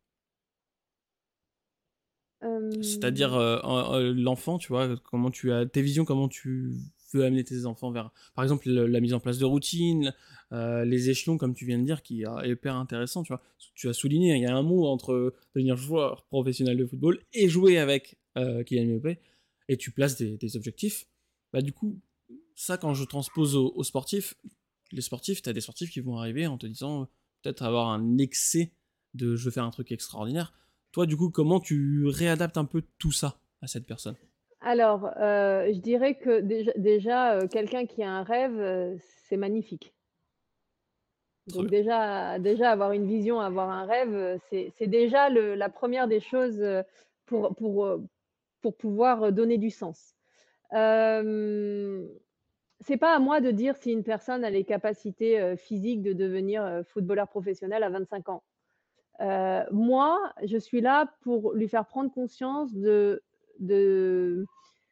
C'est-à-dire, Hem, heu, en heu, l'enfant, tu vois, comment tu as tes visions, comment tu veux amener tes enfants vers, par exemple, le la mise en place de routines, heu, les échelons comme tu viens de dire qui est hyper intéressant, tu vois? Tu as souligné, il y a un mot entre devenir joueur professionnel de football et jouer avec, heu, Kylian Mbappé et tu places des des objectifs. Bah, du coup, ça quand je transpose aux aux sportifs, les sportifs, tu as des sportifs qui vont arriver en te disant, peut-être avoir un excès de: «Je veux faire un truc extraordinaire». Toi, du coup, comment tu réadaptes un peu tout ça à cette personne? alors, heu, je dirais que déj déjà, heu, quelqu'un qui a un rêve, heu, c'est magnifique. Très Donc bien. déjà déjà avoir une vision, avoir un rêve, heu, c'est c'est déjà le la première des choses, heu, pour pour, heu, pour pouvoir, heu, donner du sens. Hem, c'est pas à moi de dire si une personne a les capacités, heu, physiques de devenir, heu, footballeur professionnel à vingt-cinq ans. Heu, moi, je suis là pour lui faire prendre conscience de de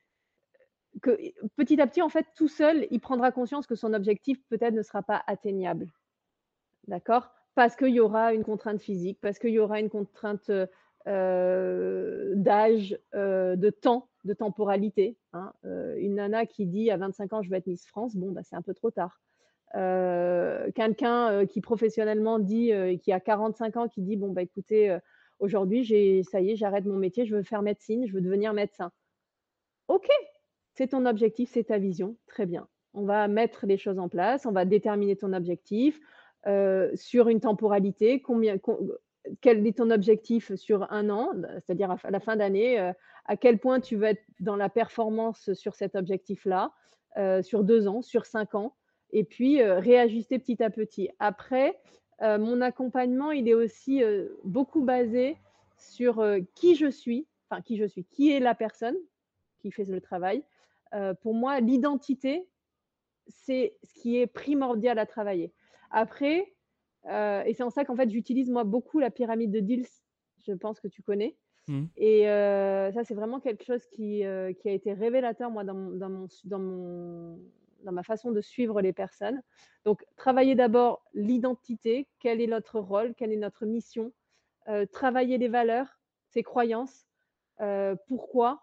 que petit à petit, en fait, tout seul, il prendra conscience que son objectif peut-être ne sera pas atteignable. D'accord? Parce qu'il y aura une contrainte physique, parce qu'il y aura une contrainte, heu heu, d'âge, heu, de temps, de temporalité, hein. Heu, une nana qui dit: «À vingt-cinq ans, je veux être Miss France», bon, bah, c'est un peu trop tard. Heu, quelqu'un, heu, qui professionnellement dit, heu, qui a quarante-cinq ans, qui dit: «Bon, bah, écoutez, heu, aujourd'hui, j'ai ça y est, j'arrête mon métier, je veux faire médecine, je veux devenir médecin». OK, c'est ton objectif, c'est ta vision, très bien. On va mettre les choses en place, on va déterminer ton objectif, heu, sur une temporalité, combien com quel est ton objectif sur un an, d c'est-à-dire à f à la fin d'année, heu, à quel point tu veux être dans la performance sur cet objectif-là, heu, sur deux ans, sur cinq ans et puis, heu, réajuster petit à petit. Après, heu, mon accompagnement, il est aussi, heu, beaucoup basé sur, heu, qui je suis, enfin qui je suis, qui est la personne qui fait le travail. Heu, pour moi, l'identité, c'est ce qui est primordial à travailler. Après, heu et c'est en ça qu'en fait, j'utilise moi beaucoup la pyramide de Diels, je pense que tu connais Mmh. et heu, ça, c'est vraiment quelque chose qui, heu, qui a été révélateur moi dans mon dans mon s dans mon dans ma façon de suivre les personnes. Donc travailler d'abord l'identité, quel est notre rôle, quelle est notre mission? Heu, travailler les valeurs, ses croyances, heu, pourquoi?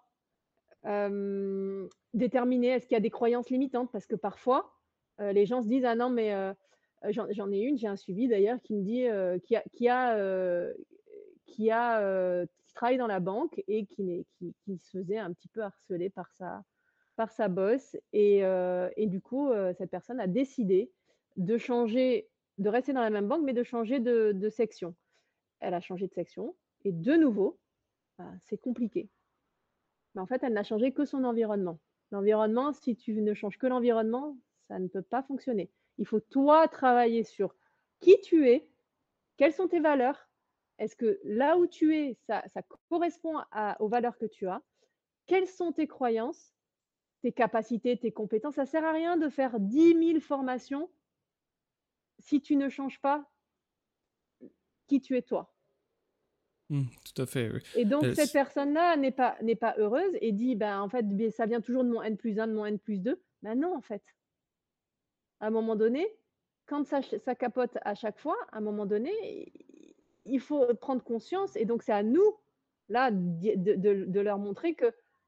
Hem, déterminer est-ce qu'il y a des croyances limitantes? Parce que parfois, heu, les gens se disent: «Ah non mais» heu, heu, j'en j'en ai une, j'ai un suivi d'ailleurs qui me dit, heu, qui a qui a, heu, qui a, heu, qui travaille dans la banque et qui n'est qui qui se faisait un petit peu harceler par sa par sa boss et heu et du coup, heu, cette personne a décidé de changer de rester dans la même banque, mais de changer de de section. Elle a changé de section et de nouveau, bah, c'est compliqué. Mais en fait, elle n'a changé que son environnement. L'environnement, si tu ne changes que l'environnement, ça ne peut pas fonctionner. Il faut toi travailler sur qui tu es, quelles sont tes valeurs, est-ce que là où tu es, ça ça correspond à aux valeurs que tu as? Quelles sont tes croyances, tes capacités, tes compétences? Ça sert à rien de faire dix mille formations si tu ne changes pas qui tu es toi. Mmh, tout à fait, oui. Et donc Heu, cette s personne-là n'est pas n'est pas heureuse et dit: «Ben, en fait, beh, ça vient toujours de mon N plus un, de mon N plus deux». Ben non, en fait. À un moment donné, quand ça ch ça capote à chaque fois, à un moment donné, i il faut prendre conscience et donc c'est à nous, là, d'y de de de leur montrer que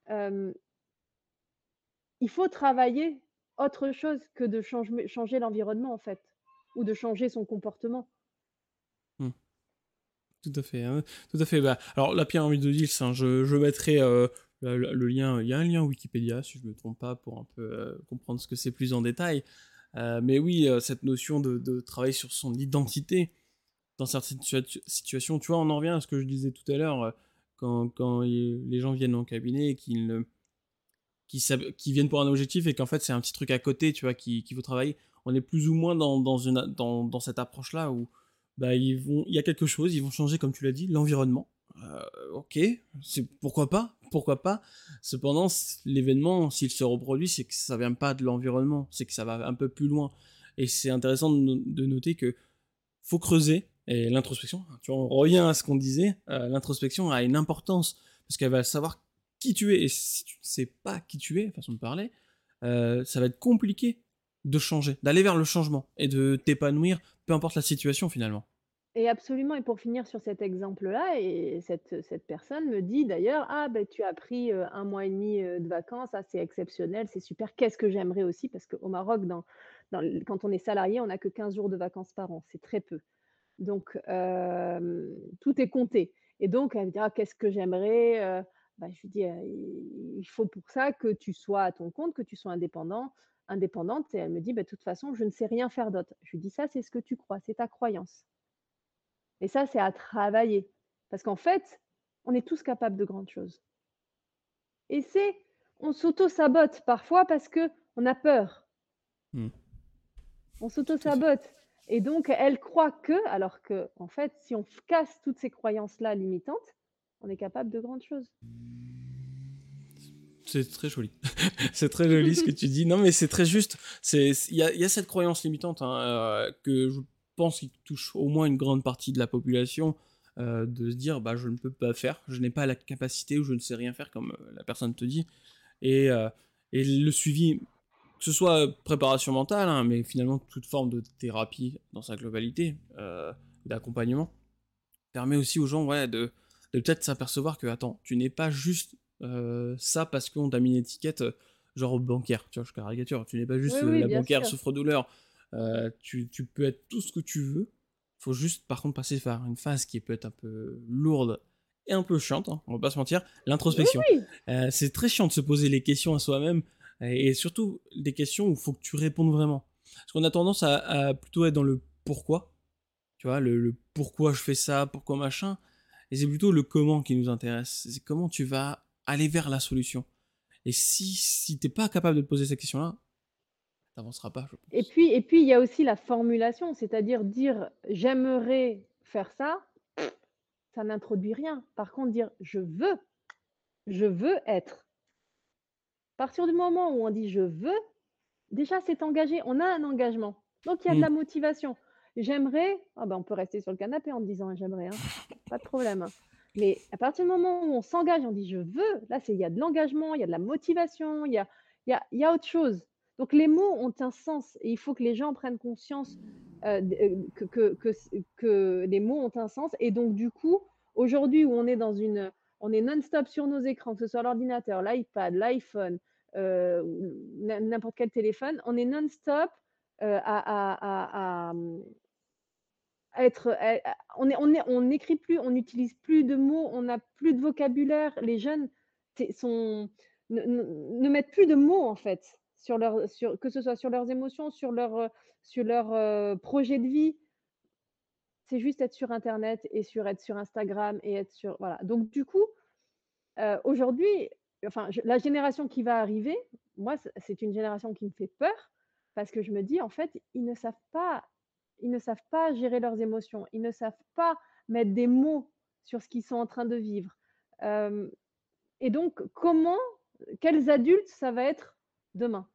hem, il faut travailler autre chose que de change changer l'environnement, en fait, ou de changer son comportement. Mmh. Tout à fait, hein, tout à fait. Bah, alors la pyramide de Diels, hein, je je mettrai, heu, le le le lien, il y a un lien Wikipédia si je me trompe pas pour un peu, heu, comprendre ce que c'est plus en détail. Heu, mais oui, heu, cette notion de de travailler sur son identité dans certaines situa situations, tu vois, on en revient à ce que je disais tout à l'heure, heu, quand quand i les gens viennent en cabinet et qu'ils ne qui sav qui viennent pour un objectif et qu'en fait c'est un petit truc à côté, tu vois, qui qu'il faut travailler. On est plus ou moins dans dans une dans dans cette approche-là où, bah, ils vont il y a quelque chose, ils vont changer comme tu l'as dit, l'environnement. Heu, OK, c'est pourquoi pas pourquoi pas? Cependant, s l'événement, s'il se reproduit, c'est que ça vient pas de l'environnement, c'est que ça va un peu plus loin et c'est intéressant de no de noter que faut creuser et l'introspection, tu vois, on revient à ce qu'on disait, heu, l'introspection a une importance parce qu'elle va savoir qui tu es et si tu ne sais pas qui tu es, façon de parler, heu, ça va être compliqué de changer, d'aller vers le changement et de t'épanouir, peu importe la situation finalement. Et absolument et pour finir sur cet exemple-là et cette cette personne me dit d'ailleurs: «Ah ben tu as pris, heu, un mois et demi, heu, de vacances, ah c'est exceptionnel, c'est super. Qu'est-ce que j'aimerais aussi?» parce qu'au Maroc dans dans l quand on est salarié, on n'a que quinze jours de vacances par an, c'est très peu. Donc hem, tout est compté et donc elle me dit: «Ah qu'est-ce que j'aimerais, heu?» bah, je lui dis: «Heu, il faut pour ça que tu sois à ton compte, que tu sois indépendant indépendante» et elle me dit: «Bah, de toute façon, je ne sais rien faire d'autre». Je lui dis: «Ça, c'est ce que tu crois, c'est ta croyance et ça, c'est à travailler». Parce qu'en fait, on est tous capables de grandes choses et c'est on s'auto-sabote parfois parce qu'on a peur. Mmh, On tout à fait. s'auto-sabote et donc elle croit que alors qu'en fait, si on f casse toutes ces croyances-là limitantes, on est capable de grandes choses. C'est très joli. C'est très joli ce que tu dis. Non, mais c'est très juste. C'est il y a il y a cette croyance limitante, hein, heu, que je pense qui touche au moins une grande partie de la population, heu, de se dire: «Bah, je ne peux pas faire, je n'ai pas la capacité ou je ne sais rien faire», comme, heu, la personne te dit et heu et le suivi, que ce soit préparation mentale, hein, mais finalement toute forme de thérapie dans sa globalité, heu, d'accompagnement, permet aussi aux gens, ouais, de de peut-être s'apercevoir que, attends, tu n'es pas juste, heu, ça parce qu'on t'a mis une étiquette, heu, genre bancaire, tu vois? Je caricature. Tu n'es pas Oui, juste, heu, oui, la bien bancaire sûr. souffre-douleur. Heu, tu tu peux être tout ce que tu veux. Faut juste, par contre, passer par une phase qui peut être un peu lourde et un peu chiante, hein, on va pas se mentir, Oui, l'introspection. oui. Heu, c'est très chiant de se poser les questions à soi-même et et surtout des questions où il faut que tu répondes vraiment. Parce qu'on a tendance à à plutôt être dans le pourquoi, tu vois? Le le pourquoi je fais ça, pourquoi machin et c'est plutôt le comment qui nous intéresse. C'est comment tu vas aller vers la solution. Et si si tu pas capable de te poser cette question-là, tu avanceras pas, je Et pense. puis et puis il y a aussi la formulation, c'est-à-dire dire: «J'aimerais faire ça», ça n'introduit rien. Par contre dire: «Je veux, je veux être». À partir du moment où on dit: «Je veux», déjà c'est engagé, on a un engagement. Donc il y a de Mmh. la motivation. «J'aimerais», ah bah, on peut rester sur le canapé en disant: «J'aimerais», hein, pas de problème, hein. Mais à partir du moment où on s'engage, on dit: «Je veux», là c'est il y a de l'engagement, il y a de la motivation, il y a il y a il y a autre chose. Donc les mots ont un sens et il faut que les gens prennent conscience, heu, d heu, que que que c que les mots ont un sens et donc du coup, aujourd'hui où on est dans une, on est non-stop sur nos écrans, que ce soit l'ordinateur, l'iPad, l'iPhone, heu, ou n'im n'importe quel téléphone, on est non-stop, heu, à à à à, mmh, à être à à on est on est on n'écrit plus, on n'utilise plus de mots, on n'a plus de vocabulaire. Les jeunes c'est sont ne ne ne mettent plus de mots, en fait, sur leur sur que ce soit sur leurs émotions, sur leur, heu, sur leur, heu, projet de vie. C'est juste être sur internet et sur être sur Instagram et être sur voilà. Donc du coup, Heu, aujourd'hui, enfin, je la génération qui va arriver, moi, c c'est une génération qui me fait peur parce que je me dis: «En fait, ils ne savent pas ils ne savent pas gérer leurs émotions. Ils ne savent pas mettre des mots sur ce qu'ils sont en train de vivre». Hem et donc comment quels adultes ça va être demain?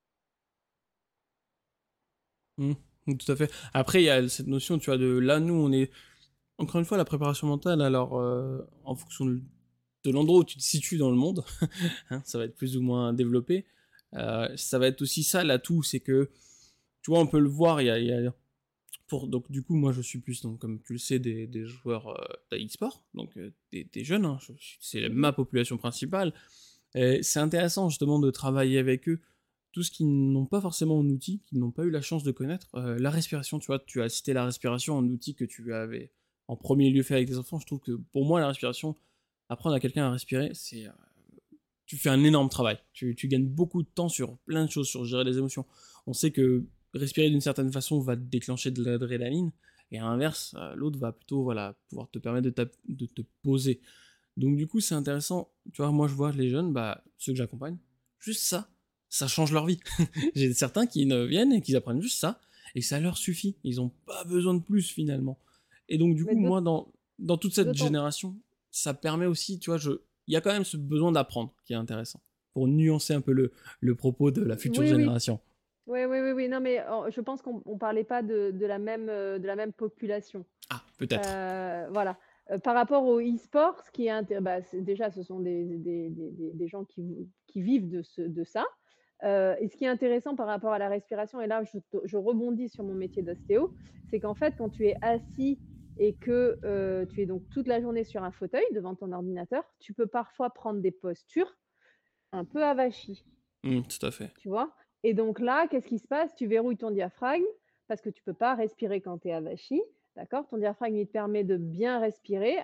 Mmh. Mmh, tout à fait. Après, il y a cette notion, tu vois, de là, nous, on est encore une fois, la préparation mentale, alors, heu, en fonction de de l'endroit où tu te situes dans le monde, hein, ça va être plus ou moins développé. Heu, ça va être aussi ça l'atout, c'est que, tu vois, on peut le voir, il y a il y a pour donc du coup, moi, je suis plus donc comme tu le sais des des joueurs, heu, d'e-sport, donc heu, des des jeunes, hein, je c'est Mmh ma mh. population principale. Et c'est intéressant justement de travailler avec eux, tout ce qu'ils n'ont pas forcément en outil, qu'ils n'ont pas eu la chance de connaître. Euh, la respiration, tu vois, tu as cité la respiration en outil que tu avais en premier lieu fait avec tes enfants. Je trouve que pour moi, la respiration, apprendre à quelqu'un à respirer, c'est, euh, tu fais un énorme travail. Tu, tu gagnes beaucoup de temps sur plein de choses, sur gérer les émotions. On sait que respirer d'une certaine façon va déclencher de l'adrénaline, et à l'inverse, euh, l'autre va plutôt voilà, pouvoir te permettre de, de te poser. Donc du coup, c'est intéressant. Tu vois, moi je vois les jeunes, bah, ceux que j'accompagne, juste ça, ça change leur vie. J'ai certains qui ne viennent et qui apprennent juste ça, et ça leur suffit. Ils n'ont pas besoin de plus finalement. Et donc du Mais coup, d'aut- moi, dans, dans toute cette d'autant génération, ça permet aussi, tu vois, je, il y a quand même ce besoin d'apprendre qui est intéressant, pour nuancer un peu le, le propos de la future oui, oui. génération. Oui, oui, oui, oui. Non, mais euh, je pense qu'on ne parlait pas de, de la même, euh, de la même population. Ah, peut-être. Euh, voilà. Euh, par rapport au e-sport, ce qui est, intér- bah, c'est- déjà, ce sont des, des, des, des- des gens qui, vou- qui vivent de, ce, de ça. Euh, et ce qui est intéressant par rapport à la respiration, et là, je, te- je rebondis sur mon métier d'ostéo, c'est qu'en fait, quand tu es assis et que euh, tu es donc toute la journée sur un fauteuil devant ton ordinateur, tu peux parfois prendre des postures un peu avachies. Hmm, tout à fait. Tu vois? Et donc là, qu'est-ce qui se passe? Tu verrouilles ton diaphragme parce que tu peux pas respirer quand tu es avachi, d'accord? Ton diaphragme, il te permet de bien respirer,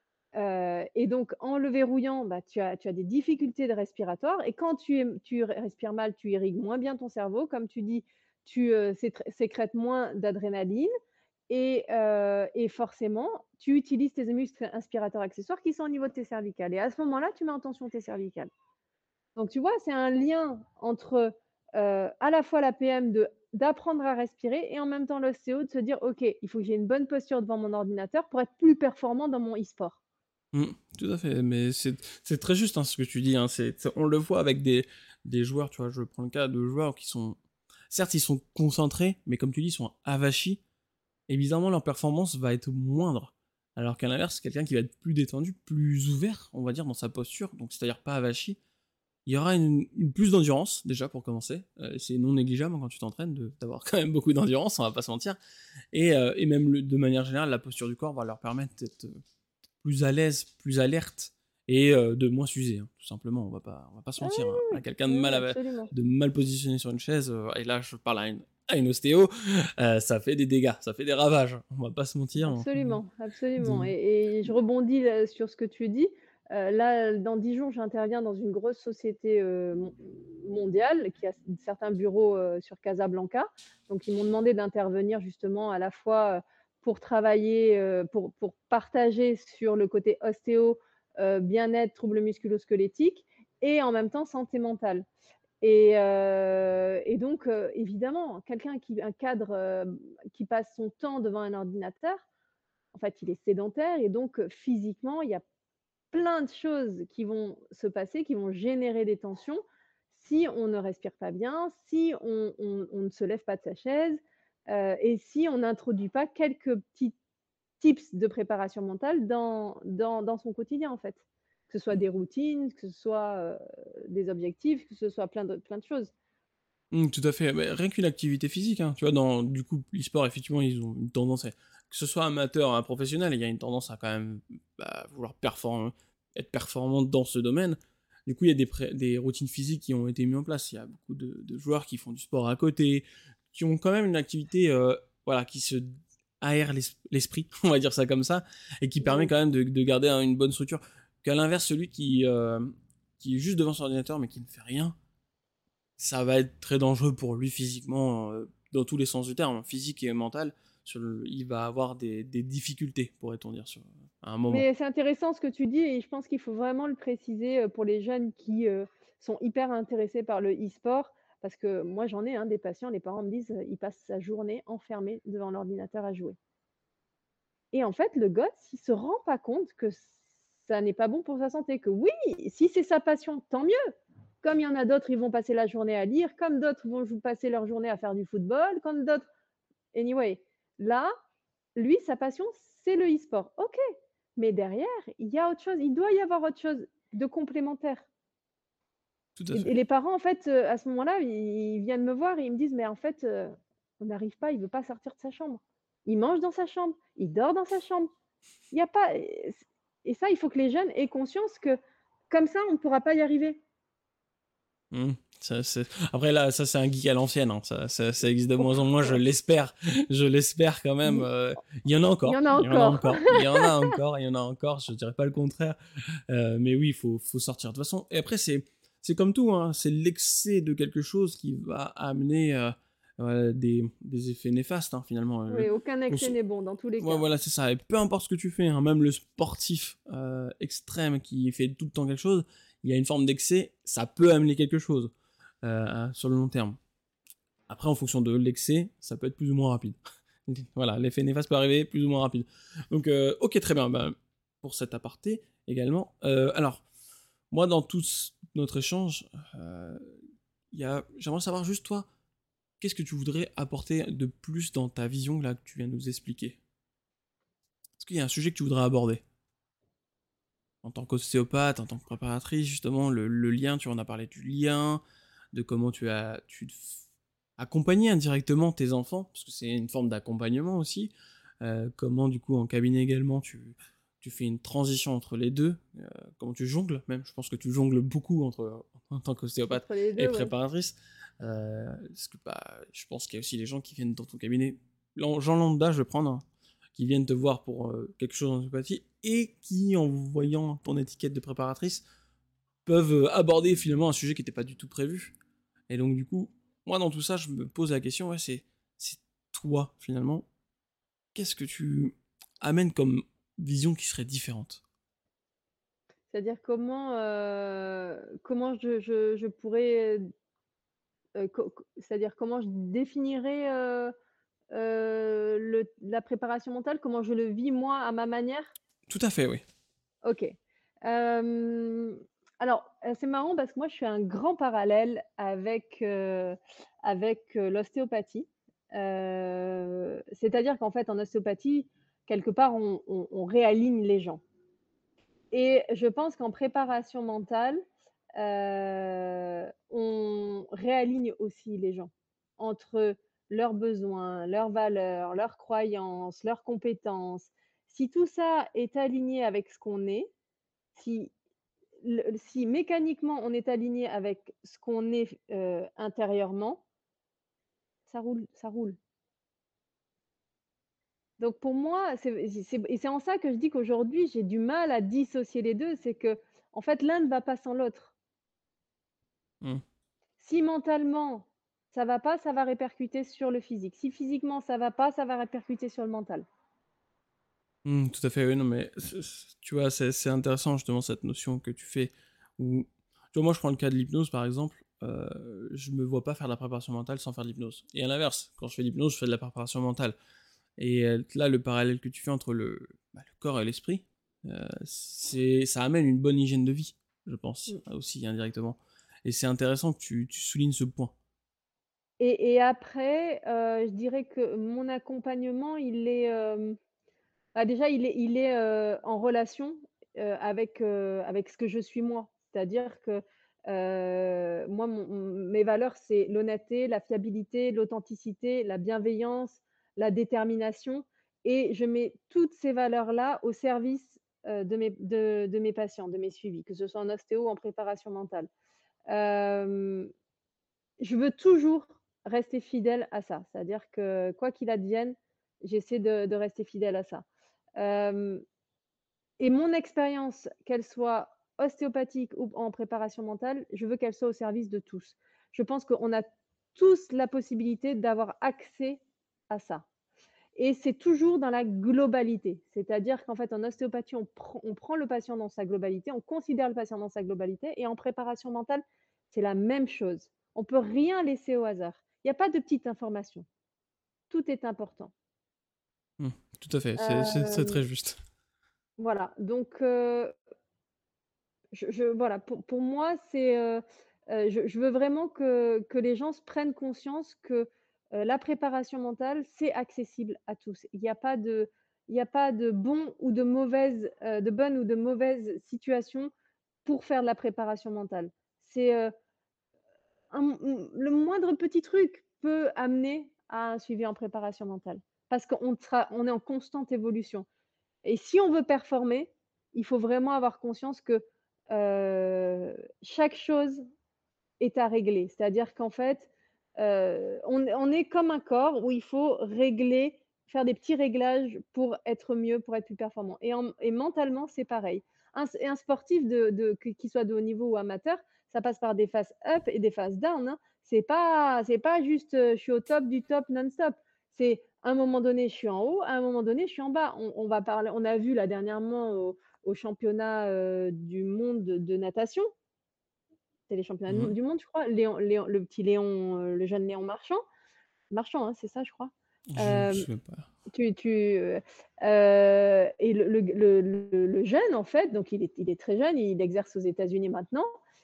heu et donc en le verrouillant, bah, tu as tu as des difficultés de respiratoire et quand tu es tu respires mal, tu irrigues moins bien ton cerveau. Comme tu dis, tu, heu, sécrè sécrètes moins d'adrénaline et heu et forcément, tu utilises tes muscles inspirateurs accessoires qui sont au niveau de tes cervicales et à ce moment-là, tu mets en tension tes cervicales. Donc tu vois, c'est un lien entre, heu, à la fois la P M de d'apprendre à respirer et en même temps l'ostéo de se dire: «OK, il faut que j'ai une bonne posture devant mon ordinateur pour être plus performant dans mon e-sport». Hmm, tout à fait, mais c'est c'est très juste hein, ce que tu dis. Hein. C'est, c'est- on le voit avec des, des joueurs, tu vois. Je prends le cas de joueurs qui sont, certes, ils sont concentrés, mais comme tu dis, ils sont avachis. Évidemment, leur performance va être moindre. Alors qu'à l'inverse, quelqu'un qui va être plus détendu, plus ouvert, on va dire, dans sa posture, donc c'est-à-dire pas avachi, il y aura une, une plus d'endurance, déjà, pour commencer. Euh, c'est non négligeable hein, quand tu t'entraînes de- d'avoir quand même beaucoup d'endurance, on va pas se mentir. Et, euh, et même le- de manière générale, la posture du corps va leur permettre d'être euh, plus à l'aise, plus alerte et euh, de moins s'user, hein, tout simplement. On va pas, on va pas se Ah mentir. Hein. oui, À quelqu'un de oui, oui, mal, à- absolument. de mal positionné sur une chaise, euh, et là je parle à une, à une ostéo, euh, ça fait des dégâts, ça fait des ravages. On va pas se mentir. Hein. Absolument, absolument Donc, et et je rebondis là sur ce que tu dis. Heu, là, dans dix jours, j'interviens dans une grosse société, heu, mon mondiale qui a certains bureaux, heu, sur Casablanca. Donc ils m'ont demandé d'intervenir justement à la fois, heu, pour travailler, heu, pour pour partager sur le côté ostéo, heu, bien-être, troubles musculo-squelettiques et en même temps santé mentale. Et heu et donc heu, évidemment, quelqu'un qui un cadre, hem, qui passe son temps devant un ordinateur, en fait, il est sédentaire et donc heu, physiquement, il y a plein de choses qui vont se passer, qui vont générer des tensions si on ne respire pas bien, si on on on ne se lève pas de sa chaise, heu et si on n'introduit pas quelques petits tips de préparation mentale dans dans dans son quotidien, en fait. Que ce soit des routines, que ce soit, heu, des objectifs, que ce soit plein de plein de choses. mm, tout à fait. Mais rien qu'une activité physique, hein. Tu vois, dans du coup, l'e-sport, effectivement, ils ont une tendance, à, que ce soit amateur, un professionnel, il y a une tendance à quand même bah, vouloir performer, être performant dans ce domaine. Du coup, il y a des, pré- des routines physiques qui ont été mises en place. Il y a beaucoup de, de joueurs qui font du sport à côté, qui ont quand même une activité euh, voilà, qui se aère l'es- l'esprit, on va dire ça comme ça, et qui permet Mmh. quand même de, de garder hein, une bonne structure. Qu'à l'inverse, celui qui, euh, qui est juste devant son ordinateur mais qui ne fait rien, ça va être très dangereux pour lui physiquement, euh, dans tous les sens du terme, physique et mental. Sur le- il va avoir des, des difficultés, pourrait-on dire, sur, à un moment. Mais c'est intéressant ce que tu dis et je pense qu'il faut vraiment le préciser, heu, pour les jeunes qui, heu, sont hyper intéressés par le e-sport. Parce que moi, j'en ai, hein, des patients, les parents me disent, heu, il passe sa journée enfermé devant l'ordinateur à jouer. Et en fait, le gosse, il se rend pas compte que ça n'est pas bon pour sa santé, que oui, si c'est sa passion, tant mieux. Comme il y en a d'autres, ils vont passer la journée à lire, comme d'autres vont jou passer leur journée à faire du football, comme d'autres anyway. Là, lui, sa passion, c'est le e-sport. OK, mais derrière, il y a autre chose, il doit y avoir autre chose de complémentaire. Tout à Et et fait. les parents, en fait, heu, à ce moment-là, ils viennent me voir et ils me disent: «Mais en fait, heu, on n'arrive pas, il veut pas sortir de sa chambre. Il mange dans sa chambre, il dort dans sa chambre». Il y a pas et et ça, il faut que les jeunes aient conscience que comme ça, on ne pourra pas y arriver. Mmh. Ça, c'est après là, ça, c'est un geek à l'ancienne, hein. Ça ça ça existe de moins en moins, je l'espère. Je l'espère quand même, Il heu, il y en a il y encore, en a il y en a encore. encore, il y en a encore, il y en a encore, je dirais pas le contraire. Heu, mais oui, il faut faut sortir. De toute façon et après c'est c'est comme tout, hein, c'est l'excès de quelque chose qui va amener, heu, heu, des des effets néfastes, hein, finalement, heu, Oui, aucun qu'on excès se n'est bon dans tous les ouais, cas. voilà, c'est ça et peu importe ce que tu fais, hein, même le sportif, heu, extrême qui fait tout le temps quelque chose, il y a une forme d'excès, ça peut amener quelque chose, heu, sur le long terme. Après, en fonction de l'excès, ça peut être plus ou moins rapide. Voilà, l'effet néfaste peut arriver plus ou moins rapide. Donc, heu, OK, très bien, bah, pour cet aparté également. Heu, alors, moi, dans tout ce notre échange, heu, il y a j'aimerais savoir juste toi, qu'est-ce que tu voudrais apporter de plus dans ta vision là que tu viens de nous expliquer? Est-ce qu'il y a un sujet que tu voudrais aborder? En tant qu'ostéopathe, en tant que préparatrice, justement, le le lien, tu en as parlé du lien, de comment tu as tu f accompagné indirectement tes enfants, parce que c'est une forme d'accompagnement aussi. Heu, comment du coup en cabinet également tu tu fais une transition entre les deux, heu, comment tu jongles même, je pense que tu jongles beaucoup entre en tant qu'ostéopathe Entre les et deux, ouais. préparatrice. Heu, parce que, bah, je pense qu'il y a aussi les gens qui viennent dans ton cabinet, lam gens lambda je vais prendre, hein, qui viennent te voir pour, heu, quelque chose en ostéopathie et qui, en voyant ton étiquette de préparatrice, peuvent, heu, aborder finalement un sujet qui était pas du tout prévu et donc du coup, moi dans tout ça, je me pose la question, ouais, c'est c'est toi finalement, qu'est-ce que tu amènes comme vision qui serait différente? C'est-à-dire comment, heu, comment je je je pourrais, heu, co co c'est-à-dire comment je définirais, heu heu, le la préparation mentale? Comment je le vis moi à ma manière? Tout à fait, oui. OK. Hem, alors, heu, c'est marrant parce que moi je fais un grand parallèle avec, heu, avec, heu, l'ostéopathie. Heu, c'est-à-dire qu'en fait en ostéopathie, quelque part on on on réaligne les gens. Et je pense qu'en préparation mentale, heu, on réaligne aussi les gens entre leurs besoins, leurs valeurs, leurs croyances, leurs compétences. Si tout ça est aligné avec ce qu'on est, si le si mécaniquement on est aligné avec ce qu'on est, heu, intérieurement, ça roule ça roule. Donc pour moi, c'est c'est et c'est en ça que je dis qu'aujourd'hui j'ai du mal à dissocier les deux. C'est que en fait l'un ne va pas sans l'autre. Mmh. Si mentalement, ça va pas, ça va répercuter sur le physique. Si physiquement ça va pas, ça va répercuter sur le mental. Mmh, tout à fait, oui, non, mais c c tu vois, c'est c'est intéressant justement cette notion que tu fais où tu vois, moi, je prends le cas de l'hypnose, par exemple, heu, je me vois pas faire de la préparation mentale sans faire de l'hypnose et à l'inverse, quand je fais de l'hypnose, je fais de la préparation mentale et heu, là, le parallèle que tu fais entre le, bah, le corps et l'esprit, heu, c'est ça amène une bonne hygiène de vie, je pense, Mmh. aussi indirectement et c'est intéressant que tu tu soulignes ce point. Et et après, heu, je dirais que mon accompagnement, il est, hem, bah, déjà il est il est, heu, en relation, heu, avec, heu, avec ce que je suis moi. C'est-à-dire que, heu, moi mon m mes valeurs, c'est l'honnêteté, la fiabilité, l'authenticité, la bienveillance, la détermination et je mets toutes ces valeurs-là au service, heu, de mes de de mes patients, de mes suivis, que ce soit en ostéo ou en préparation mentale. Hem Je veux toujours rester fidèle à ça. C'est-à-dire que quoi qu'il advienne, j'essaie de de rester fidèle à ça. Hem et mon expérience, qu'elle soit ostéopathique ou en préparation mentale, je veux qu'elle soit au service de tous. Je pense qu'on a tous la possibilité d'avoir accès à ça et c'est toujours dans la globalité. C'est-à-dire qu'en fait, en ostéopathie, on prend on prend le patient dans sa globalité, on considère le patient dans sa globalité et en préparation mentale, c'est la même chose. On peut rien laisser au hasard. Il y a pas de petites informations. Tout est important. Mmh, tout à fait, c'est c'est c'est Hem, très juste. voilà, donc heu, je je voilà, pour pour moi, c'est, heu heu, je je veux vraiment que que les gens se prennent conscience que, heu, la préparation mentale, c'est accessible à tous. Il y a pas de il y a pas de bon ou de mauvaise, heu, de bonne ou de mauvaise situation pour faire de la préparation mentale. C'est, heu, un m le moindre petit truc peut amener à un suivi en préparation mentale. Parce qu'on sera on est en constante évolution et si on veut performer, il faut vraiment avoir conscience que, heu, chaque chose est à régler. C'est-à-dire qu'en fait, heu, on est on est comme un corps où il faut régler, faire des petits réglages pour être mieux, pour être plus performant et en et mentalement, c'est pareil. Un s et un sportif de de que qu'il soit de haut niveau ou amateur, ça passe par des phases up et des phases down, hein. C'est pas c'est pas juste, heu, je suis au top du top non-stop. C'est à un moment donné, je suis en haut, à un moment donné, je suis en bas. On on va parler on a vu là dernièrement au au championnat, heu, du monde de de natation, c'est les championnats Mmh. du monde, je crois. Léon Léon le petit Léon, heu, le jeune Léon Marchand Marchand, hein, c'est ça, je crois? Je me Hem, souviens pas. tu tu, heu heu et le le le le le jeune, en fait, donc il est il est très jeune, il exerce aux États-Unis maintenant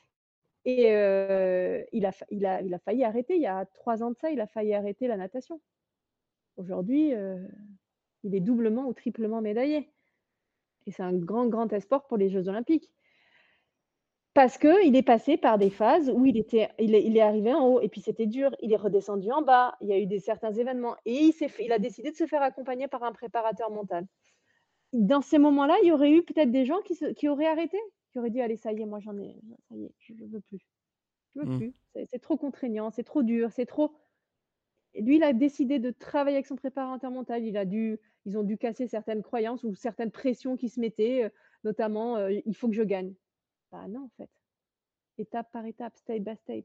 et heu, il a fa il a il a failli arrêter. Il y a trois ans de ça, il a failli arrêter la natation. Aujourd'hui, heu, il est doublement ou triplement médaillé et c'est un grand, grand espoir pour les Jeux olympiques. Parce qu'il est passé par des phases où il était il est il est arrivé en haut et puis c'était dur. Il est redescendu en bas, il y a eu des certains événements et il s'est fait il a décidé de se faire accompagner par un préparateur mental. Dans ces moments-là, il y aurait eu peut-être des gens qui se qui auraient arrêté, qui auraient dit: «Allez, ça y est, moi j'en ai ça y est, je ne veux plus, je veux Mmh. plus, c'est c'est trop contraignant, c'est trop dur, c'est trop». Et lui, il a décidé de travailler avec son préparateur mental. Il a dû ils ont dû casser certaines croyances ou certaines pressions qui se mettaient, heu, notamment, heu: «Il faut que je gagne». Bah non, en fait, étape par étape, step by step.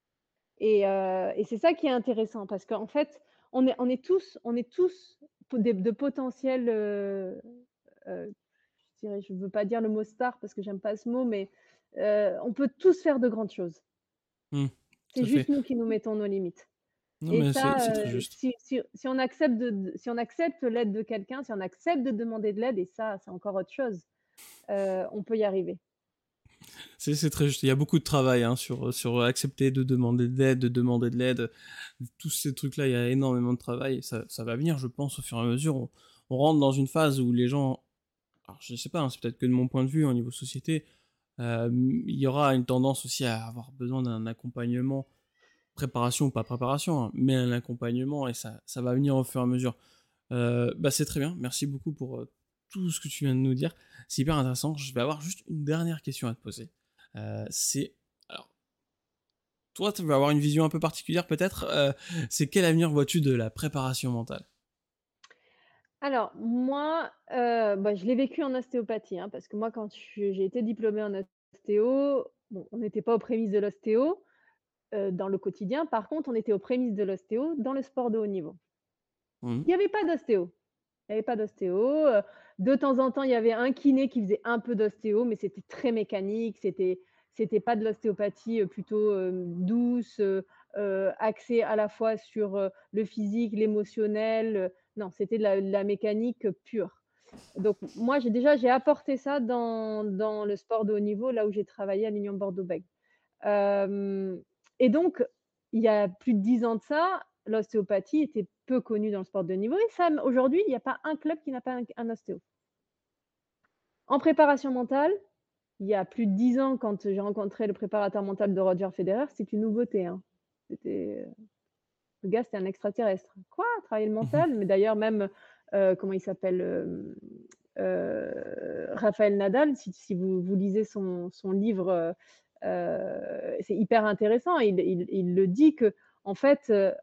Et heu et c'est ça qui est intéressant parce qu'en fait, on est on est tous on est tous po des de potentiels, heu heu, je dirais je veux pas dire le mot star parce que j'aime pas ce mot, mais heu, on peut tous faire de grandes choses. Mmh. Tout C'est à fait. juste nous qui nous mettons nos limites Non, et mais c'est ça, c'est très heu, juste. si si si on accepte de de si on accepte l'aide de quelqu'un, si on accepte de demander de l'aide et ça, c'est encore autre chose, heu, on peut y arriver. C'est c'est très juste. Il y a beaucoup de travail, hein, sur, sur accepter de demander de l'aide, de demander de l'aide. Tous ces trucs-là, il y a énormément de travail et ça ça va venir, je pense, au fur et à mesure. On on rentre dans une phase où les gens, alors je sais pas, hein, c'est peut-être que de mon point de vue, au niveau société, hem, il y aura une tendance aussi à avoir besoin d'un accompagnement, préparation ou pas préparation, hein, mais un accompagnement et ça ça va venir au fur et à mesure. Heu, bah, c'est très bien. Merci beaucoup pour, heu, tout ce que tu viens de nous dire. C'est hyper intéressant. Je vais avoir juste une dernière question à te poser. Heu, c'est alors, toi, tu vas avoir une vision un peu particulière peut-être, heu, c'est quel avenir vois-tu de la préparation mentale? Alors moi, heu, bah, je l'ai vécu en ostéopathie, hein, parce que moi quand je j'ai été diplômée en ostéo, bon, on n'était pas aux prémices de l'ostéo, heu, dans le quotidien. Par contre, on était aux prémices de l'ostéo dans le sport de haut niveau. Mmh. Il y avait pas d'ostéo, il y avait pas d'ostéo, heu, de temps en temps, il y avait un kiné qui faisait un peu d'ostéo, mais c'était très mécanique, c'était c'était pas de l'ostéopathie, heu, plutôt, hem, douce, heu heu, axée à la fois sur, heu, le physique, l'émotionnel, heu, non, c'était de la de la mécanique, heu, pure. Donc moi, j'ai déjà j'ai apporté ça dans dans le sport de haut niveau, là où j'ai travaillé à l'Union Bordeaux-Bègles. Hem et donc, il y a plus de dix ans de ça, l'ostéopathie était peu connue dans le sport de haut niveau et ça aujourd'hui, il y a pas un club qui n'a pas un un ostéo. En préparation mentale, il y a plus de dix ans, quand j'ai rencontré le préparateur mental de Roger Federer, c'était une nouveauté, hein. C'était, heu, le gars, c'était un extraterrestre. «Quoi? Travailler le Mmh. mental?» Mais d'ailleurs même, heu, comment il s'appelle? Hem, heu, Rafael Nadal, si si vous vous lisez son son livre, heu heu, c'est hyper intéressant. Il il il le dit qu'en fait, heu,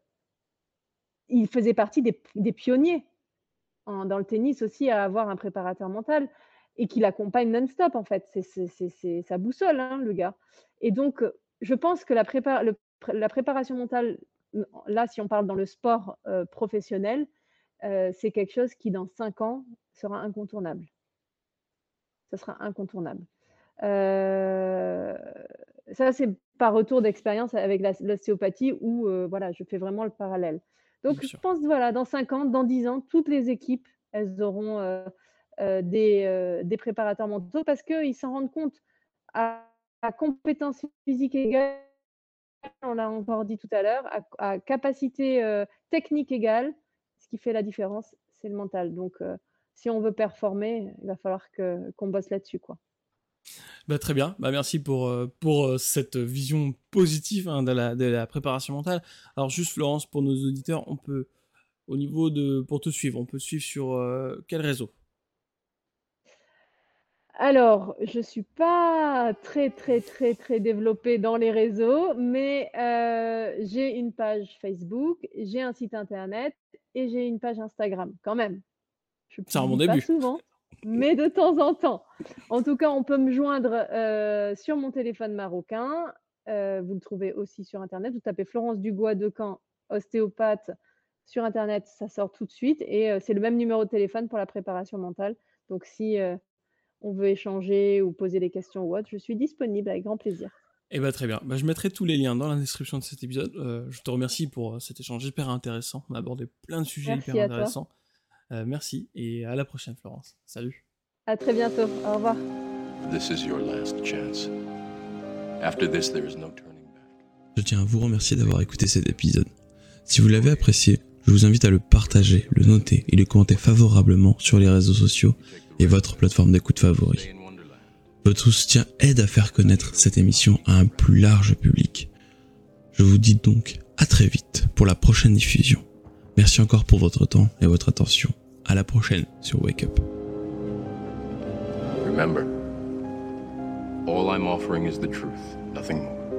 il faisait partie des des pionniers en dans le tennis aussi à avoir un préparateur mental et qui l'accompagne non-stop en fait. C'est c'est c'est c'est sa boussole, hein, le gars et donc heu, je pense que la prépa le pré la préparation mentale, n là, si on parle dans le sport, heu, professionnel, heu, c'est quelque chose qui dans cinq ans sera incontournable. Ça sera incontournable. Heu, ça, c'est par retour d'expérience avec la l'ostéopathie où, heu, voilà, je fais vraiment le parallèle. Bien Donc je sûr. pense, voilà, dans cinq ans, dans dix ans, toutes les équipes, elles auront, heu heu, des, heu, des préparateurs mentaux parce qu'ils s'en rendent compte. À à compétences physiques égales, on l'a encore dit tout à l'heure, à à capacité, heu, technique égale, ce qui fait la différence, c'est le mental. Donc heu, si on veut performer, il va falloir que qu'on bosse là-dessus, quoi. Bah, très bien. Bah, merci pour, heu, pour, heu, cette vision positive, hein, de la de la préparation mentale. Alors juste Florence, pour nos auditeurs, on peut au niveau de pour te suivre, on peut te suivre sur, heu, quel réseau? Alors, je suis pas très, très, très, très développée dans les réseaux, mais heu, j'ai une page Facebook, j'ai un site internet et j'ai une page Instagram quand même. Je C'est un bon publie pas début. souvent, mais de temps en temps. En tout cas, on peut me joindre, heu, sur mon téléphone marocain, heu, vous le trouvez aussi sur internet. Vous tapez Florence Dugois Decamps, ostéopathe sur internet, ça sort tout de suite et heu, c'est le même numéro de téléphone pour la préparation mentale. Donc si, heu, on veut échanger ou poser des questions ou autre, je suis disponible avec grand plaisir. Et bah très bien. Bah, je mettrai tous les liens dans la description de cet épisode. Euh, je te remercie pour euh, cet échange hyper intéressant. On a abordé plein de sujets hyper Merci à toi. intéressants. Euh, merci et à la prochaine, Florence. Salut. À très bientôt. Au revoir. This is your last chance. After this, there is no turning back. Je tiens à vous remercier d'avoir écouté cet épisode. Si vous l'avez apprécié, je vous invite à le partager, le noter et le commenter favorablement sur les réseaux sociaux et votre plateforme d'écoute favorite. Day in Wonderland. Votre soutien aide à faire connaître cette émission à un plus large public. Je vous dis donc à très vite pour la prochaine diffusion. Merci encore pour votre temps et votre attention. À la prochaine sur Wake Up. Remember, all I'm offering is the truth, nothing more.